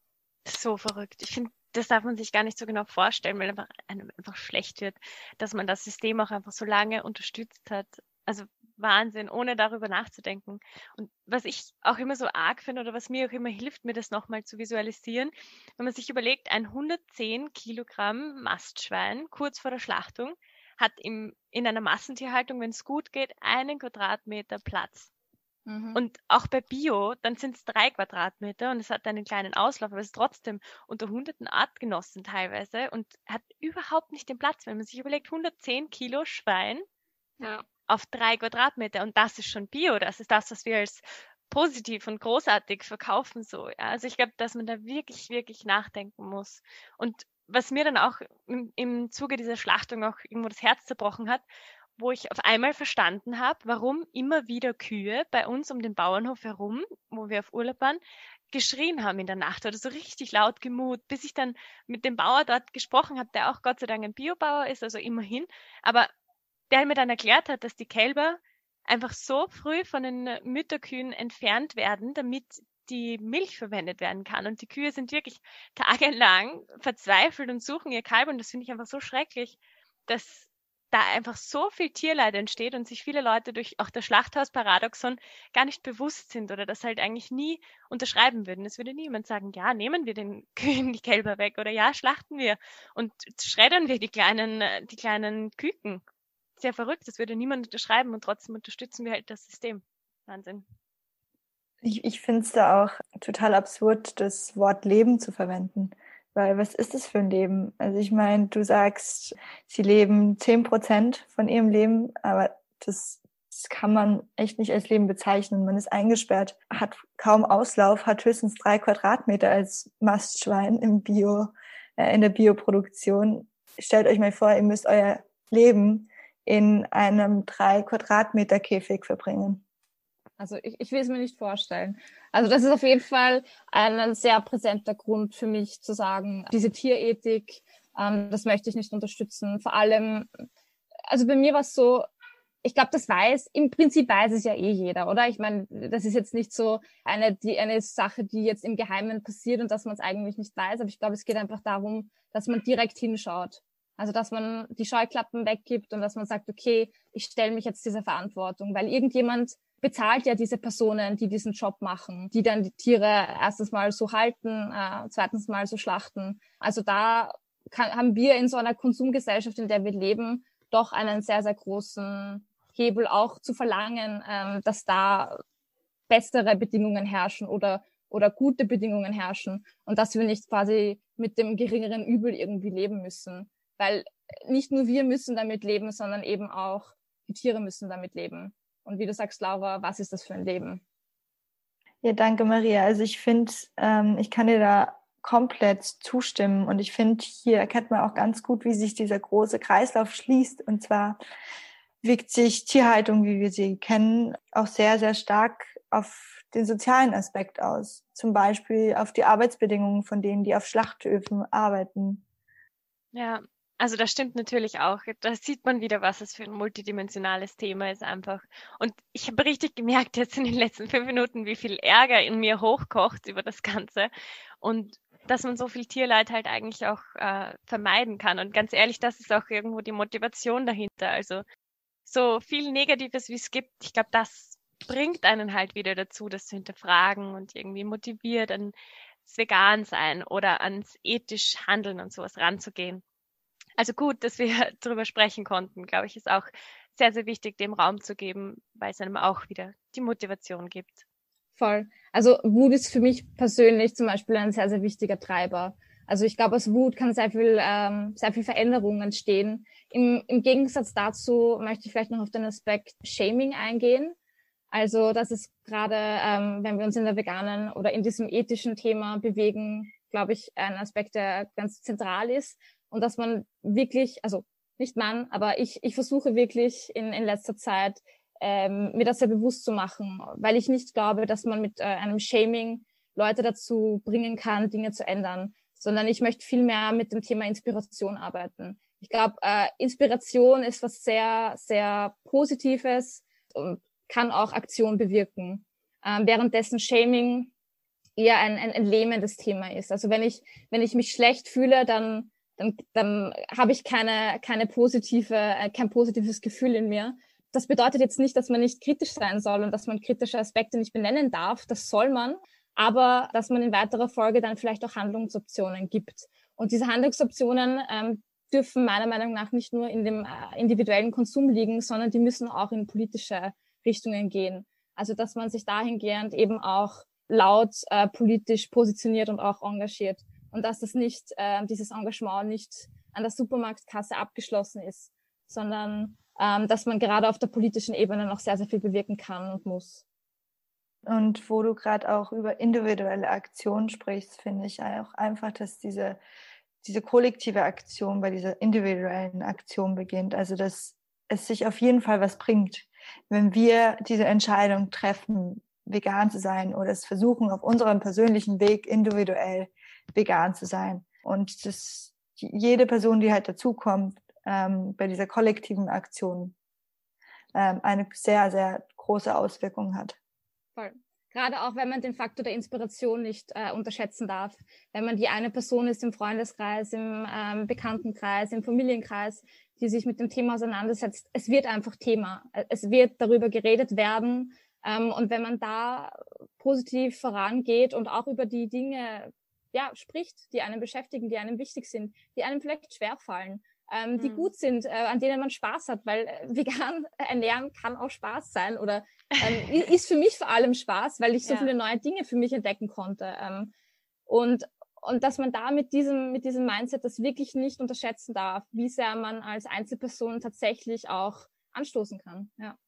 B: So verrückt. Ich finde, das darf man sich gar nicht so genau vorstellen, weil einem einfach schlecht wird, dass man das System auch einfach so lange unterstützt hat. Also Wahnsinn, ohne darüber nachzudenken. Und was ich auch immer so arg finde oder was mir auch immer hilft, mir das nochmal zu visualisieren, wenn man sich überlegt, ein 110 Kilogramm Mastschwein kurz vor der Schlachtung hat in einer Massentierhaltung, wenn es gut geht, 1 Quadratmeter Platz. Und auch bei Bio, dann sind es 3 Quadratmeter und es hat einen kleinen Auslauf, aber es ist trotzdem unter hunderten Artgenossen teilweise und hat überhaupt nicht den Platz. Wenn man sich überlegt, 110 Kilo Schwein auf 3 Quadratmeter und das ist schon Bio, das ist das, was wir als positiv und großartig verkaufen. So. Ja. Also ich glaube, dass man da wirklich, wirklich nachdenken muss. Und was mir dann auch im Zuge dieser Schlachtung auch irgendwo das Herz zerbrochen hat, wo ich auf einmal verstanden habe, warum immer wieder Kühe bei uns um den Bauernhof herum, wo wir auf Urlaub waren, geschrien haben in der Nacht oder so richtig laut gemut, bis ich dann mit dem Bauer dort gesprochen habe, der auch Gott sei Dank ein Biobauer ist, also immerhin, aber der mir dann erklärt hat, dass die Kälber einfach so früh von den Mütterkühen entfernt werden, damit die Milch verwendet werden kann. Und die Kühe sind wirklich tagelang verzweifelt und suchen ihr Kalb und das finde ich einfach so schrecklich, dass da einfach so viel Tierleid entsteht und sich viele Leute durch auch das Schlachthausparadoxon gar nicht bewusst sind oder das halt eigentlich nie unterschreiben würden. Es würde niemand sagen, ja, nehmen wir den Kühen die Kälber weg oder ja, schlachten wir und schreddern wir die kleinen Küken. Sehr verrückt, das würde niemand unterschreiben und trotzdem unterstützen wir halt das System. Wahnsinn.
A: Ich finde es da auch total absurd, das Wort Leben zu verwenden. Weil was ist das für ein Leben? Also ich meine, du sagst, sie leben 10% von ihrem Leben, aber das kann man echt nicht als Leben bezeichnen. Man ist eingesperrt, hat kaum Auslauf, hat höchstens 3 Quadratmeter als Mastschwein in der Bioproduktion. Stellt euch mal vor, ihr müsst euer Leben in einem 3 Quadratmeter Käfig verbringen.
C: Also ich will es mir nicht vorstellen. Also das ist auf jeden Fall ein sehr präsenter Grund für mich zu sagen, diese Tierethik, das möchte ich nicht unterstützen. Vor allem, also bei mir war es so, ich glaube, im Prinzip weiß es ja eh jeder, oder? Ich meine, das ist jetzt nicht so eine Sache, die jetzt im Geheimen passiert und dass man es eigentlich nicht weiß, aber ich glaube, es geht einfach darum, dass man direkt hinschaut. Also dass man die Scheuklappen weggibt und dass man sagt, okay, ich stelle mich jetzt dieser Verantwortung, weil irgendjemand bezahlt ja diese Personen, die diesen Job machen, die dann die Tiere erstens mal so halten, zweitens mal so schlachten. Also da haben wir in so einer Konsumgesellschaft, in der wir leben, doch einen sehr, sehr großen Hebel auch zu verlangen, dass da bessere Bedingungen herrschen oder gute Bedingungen herrschen und dass wir nicht quasi mit dem geringeren Übel irgendwie leben müssen. Weil nicht nur wir müssen damit leben, sondern eben auch die Tiere müssen damit leben. Und wie du sagst, Laura, was ist das für ein Leben?
A: Ja, danke, Maria. Also ich finde, ich kann dir da komplett zustimmen und ich finde, hier erkennt man auch ganz gut, wie sich dieser große Kreislauf schließt. Und zwar wirkt sich Tierhaltung, wie wir sie kennen, auch sehr, sehr stark auf den sozialen Aspekt aus. Zum Beispiel auf die Arbeitsbedingungen von denen, die auf Schlachthöfen arbeiten.
B: Ja, also das stimmt natürlich auch. Da sieht man wieder, was es für ein multidimensionales Thema ist einfach. Und ich habe richtig gemerkt jetzt in den letzten 5 Minuten, wie viel Ärger in mir hochkocht über das Ganze und dass man so viel Tierleid halt eigentlich auch vermeiden kann. Und ganz ehrlich, das ist auch irgendwo die Motivation dahinter. Also so viel Negatives, wie es gibt, ich glaube, das bringt einen halt wieder dazu, das zu hinterfragen und irgendwie motiviert ans Vegan-Sein oder ans ethisch Handeln und sowas ranzugehen. Also gut, dass wir darüber sprechen konnten, glaube ich, ist auch sehr, sehr wichtig, dem Raum zu geben, weil es einem auch wieder die Motivation gibt.
C: Voll. Also Wut ist für mich persönlich zum Beispiel ein sehr, sehr wichtiger Treiber. Also ich glaube, aus Wut kann sehr viel Veränderung entstehen. Im Gegensatz dazu möchte ich vielleicht noch auf den Aspekt Shaming eingehen. Also das ist gerade, wenn wir uns in der veganen oder in diesem ethischen Thema bewegen, glaube ich, ein Aspekt, der ganz zentral ist. Und dass man wirklich, also nicht man, aber ich versuche wirklich in letzter Zeit mir das sehr bewusst zu machen, weil ich nicht glaube, dass man mit einem Shaming Leute dazu bringen kann, Dinge zu ändern, sondern ich möchte viel mehr mit dem Thema Inspiration arbeiten. Ich glaube, Inspiration ist was sehr, sehr Positives und kann auch Aktion bewirken, währenddessen Shaming eher ein lähmendes Thema ist. Also wenn ich mich schlecht fühle, dann habe ich kein positives Gefühl in mir. Das bedeutet jetzt nicht, dass man nicht kritisch sein soll und dass man kritische Aspekte nicht benennen darf. Das soll man, aber dass man in weiterer Folge dann vielleicht auch Handlungsoptionen gibt. Und diese Handlungsoptionen dürfen meiner Meinung nach nicht nur in dem individuellen Konsum liegen, sondern die müssen auch in politische Richtungen gehen. Also dass man sich dahingehend eben auch laut politisch positioniert und auch engagiert. Und dass das nicht, dieses Engagement nicht an der Supermarktkasse abgeschlossen ist, sondern dass man gerade auf der politischen Ebene noch sehr, sehr viel bewirken kann und muss.
A: Und wo du gerade auch über individuelle Aktionen sprichst, finde ich auch einfach, dass diese kollektive Aktion bei dieser individuellen Aktion beginnt. Also dass es sich auf jeden Fall was bringt, wenn wir diese Entscheidung treffen, vegan zu sein oder es versuchen, auf unserem persönlichen Weg individuell vegan zu sein. Und dass jede Person, die halt dazukommt, bei dieser kollektiven Aktion eine sehr, sehr große Auswirkung hat.
C: Voll. Gerade auch, wenn man den Faktor der Inspiration nicht unterschätzen darf. Wenn man die eine Person ist im Freundeskreis, im Bekanntenkreis, im Familienkreis, die sich mit dem Thema auseinandersetzt, es wird einfach Thema. Es wird darüber geredet werden. Und wenn man da positiv vorangeht und auch über die Dinge spricht, die einen beschäftigen, die einem wichtig sind, die einem vielleicht schwerfallen, die gut sind, an denen man Spaß hat, weil vegan ernähren kann auch Spaß sein oder ist für mich vor allem Spaß, weil ich so viele neue Dinge für mich entdecken konnte. Und dass man da mit diesem Mindset das wirklich nicht unterschätzen darf, wie sehr man als Einzelperson tatsächlich auch anstoßen kann.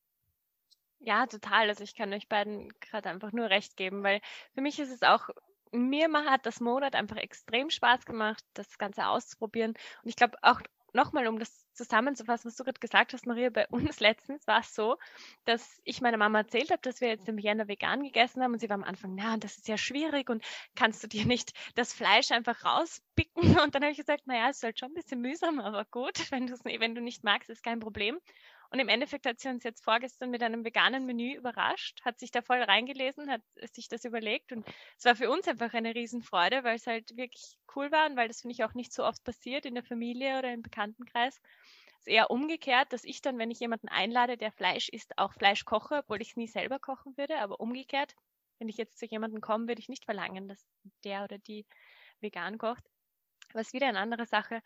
B: Ja, total. Also ich kann euch beiden gerade einfach nur recht geben, weil für mich ist es auch, mir hat das Monat einfach extrem Spaß gemacht, das Ganze auszuprobieren. Und ich glaube auch nochmal, um das zusammenzufassen, was du gerade gesagt hast, Maria, bei uns letztens war es so, dass ich meiner Mama erzählt habe, dass wir jetzt im Jänner vegan gegessen haben und sie war am Anfang, na, das ist ja schwierig und kannst du dir nicht das Fleisch einfach rauspicken? Und dann habe ich gesagt, naja, es ist halt schon ein bisschen mühsam, aber gut, wenn du nicht magst, ist kein Problem. Und im Endeffekt hat sie uns jetzt vorgestern mit einem veganen Menü überrascht, hat sich da voll reingelesen, hat sich das überlegt und es war für uns einfach eine Riesenfreude, weil es halt wirklich cool war und weil das, finde ich, auch nicht so oft passiert in der Familie oder im Bekanntenkreis. Es ist eher umgekehrt, dass ich dann, wenn ich jemanden einlade, der Fleisch isst, auch Fleisch koche, obwohl ich es nie selber kochen würde, aber umgekehrt, wenn ich jetzt zu jemandem komme, würde ich nicht verlangen, dass der oder die vegan kocht. Aber es ist wieder eine andere Sache.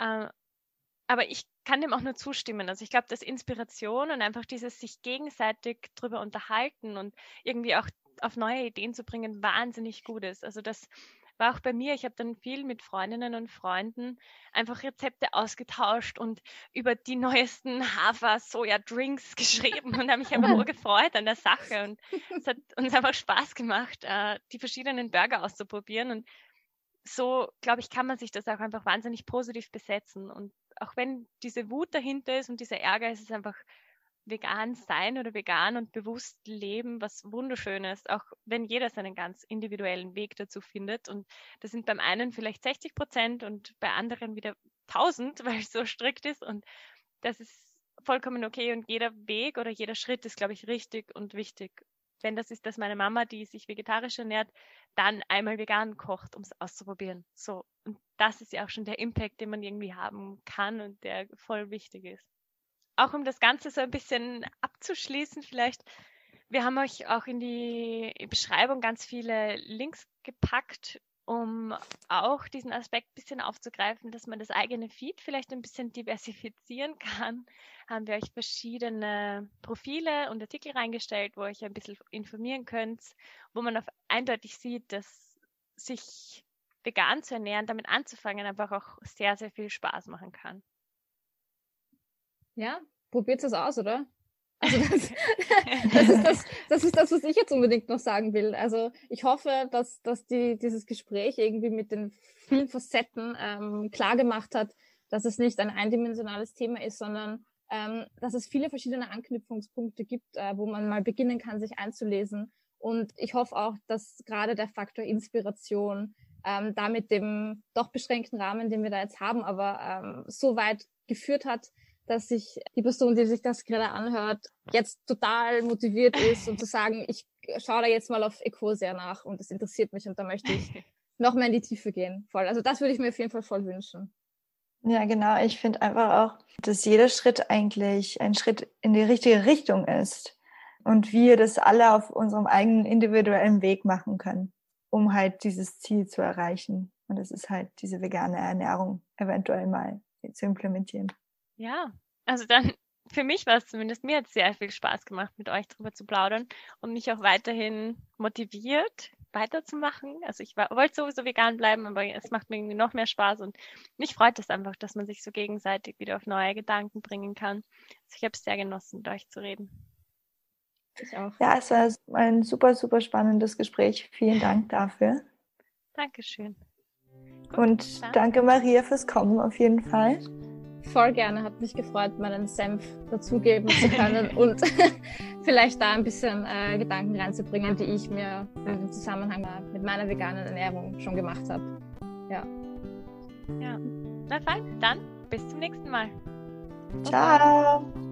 B: Aber ich kann dem auch nur zustimmen. Also ich glaube, dass Inspiration und einfach dieses sich gegenseitig drüber unterhalten und irgendwie auch auf neue Ideen zu bringen, wahnsinnig gut ist. Also dass war auch bei mir. Ich habe dann viel mit Freundinnen und Freunden einfach Rezepte ausgetauscht und über die neuesten Hafer-Soja-Drinks geschrieben und habe mich einfach urgefreut an der Sache. Und es hat uns einfach Spaß gemacht, die verschiedenen Burger auszuprobieren. Und so, glaube ich, kann man sich das auch einfach wahnsinnig positiv besetzen. Und auch wenn diese Wut dahinter ist und dieser Ärger, ist es einfach vegan sein oder vegan und bewusst leben, was Wunderschönes, auch wenn jeder seinen ganz individuellen Weg dazu findet. Und das sind beim einen vielleicht 60% und bei anderen wieder 1000, weil es so strikt ist. Und das ist vollkommen okay. Und jeder Weg oder jeder Schritt ist, glaube ich, richtig und wichtig. Wenn das ist, dass meine Mama, die sich vegetarisch ernährt, dann einmal vegan kocht, um es auszuprobieren. So. Und das ist ja auch schon der Impact, den man irgendwie haben kann und der voll wichtig ist. Auch um das Ganze so ein bisschen abzuschließen, vielleicht, wir haben euch auch in die Beschreibung ganz viele Links gepackt, um auch diesen Aspekt ein bisschen aufzugreifen, dass man das eigene Feed vielleicht ein bisschen diversifizieren kann. Haben wir euch verschiedene Profile und Artikel reingestellt, wo ihr euch ein bisschen informieren könnt, wo man eindeutig sieht, dass sich vegan zu ernähren, damit anzufangen, einfach auch sehr, sehr viel Spaß machen kann.
C: Ja, probiert es aus, oder? Also das ist das, was ich jetzt unbedingt noch sagen will. Also ich hoffe, dass dieses Gespräch irgendwie mit den vielen Facetten klar gemacht hat, dass es nicht ein eindimensionales Thema ist, sondern dass es viele verschiedene Anknüpfungspunkte gibt, wo man mal beginnen kann, sich einzulesen. Und ich hoffe auch, dass gerade der Faktor Inspiration da mit dem doch beschränkten Rahmen, den wir da jetzt haben, aber so weit geführt hat, dass sich die Person, die sich das gerade anhört, jetzt total motiviert ist und zu sagen, ich schaue da jetzt mal auf Ecosia nach und das interessiert mich und da möchte ich noch mehr in die Tiefe gehen. Voll. Also das würde ich mir auf jeden Fall voll wünschen.
A: Ja, genau. Ich finde einfach auch, dass jeder Schritt eigentlich ein Schritt in die richtige Richtung ist und wir das alle auf unserem eigenen individuellen Weg machen können, um halt dieses Ziel zu erreichen. Und das ist halt diese vegane Ernährung eventuell mal zu implementieren.
B: Ja, also dann, für mich war es zumindest, mir hat es sehr viel Spaß gemacht, mit euch drüber zu plaudern und mich auch weiterhin motiviert, weiterzumachen. Also ich wollte sowieso vegan bleiben, aber es macht mir irgendwie noch mehr Spaß und mich freut es einfach, dass man sich so gegenseitig wieder auf neue Gedanken bringen kann. Also ich habe es sehr genossen, mit euch zu reden.
C: Ich auch.
A: Ja, es war ein super, super spannendes Gespräch. Vielen Dank dafür.
B: Dankeschön. Gut,
A: und
B: dann.
A: Danke, Maria, fürs Kommen auf jeden Fall.
C: Voll gerne, hat mich gefreut, meinen Senf dazugeben zu können und vielleicht da ein bisschen Gedanken reinzubringen, die ich mir im Zusammenhang mit meiner veganen Ernährung schon gemacht habe. Ja.
B: Ja, na fein, dann bis zum nächsten Mal.
A: Ciao.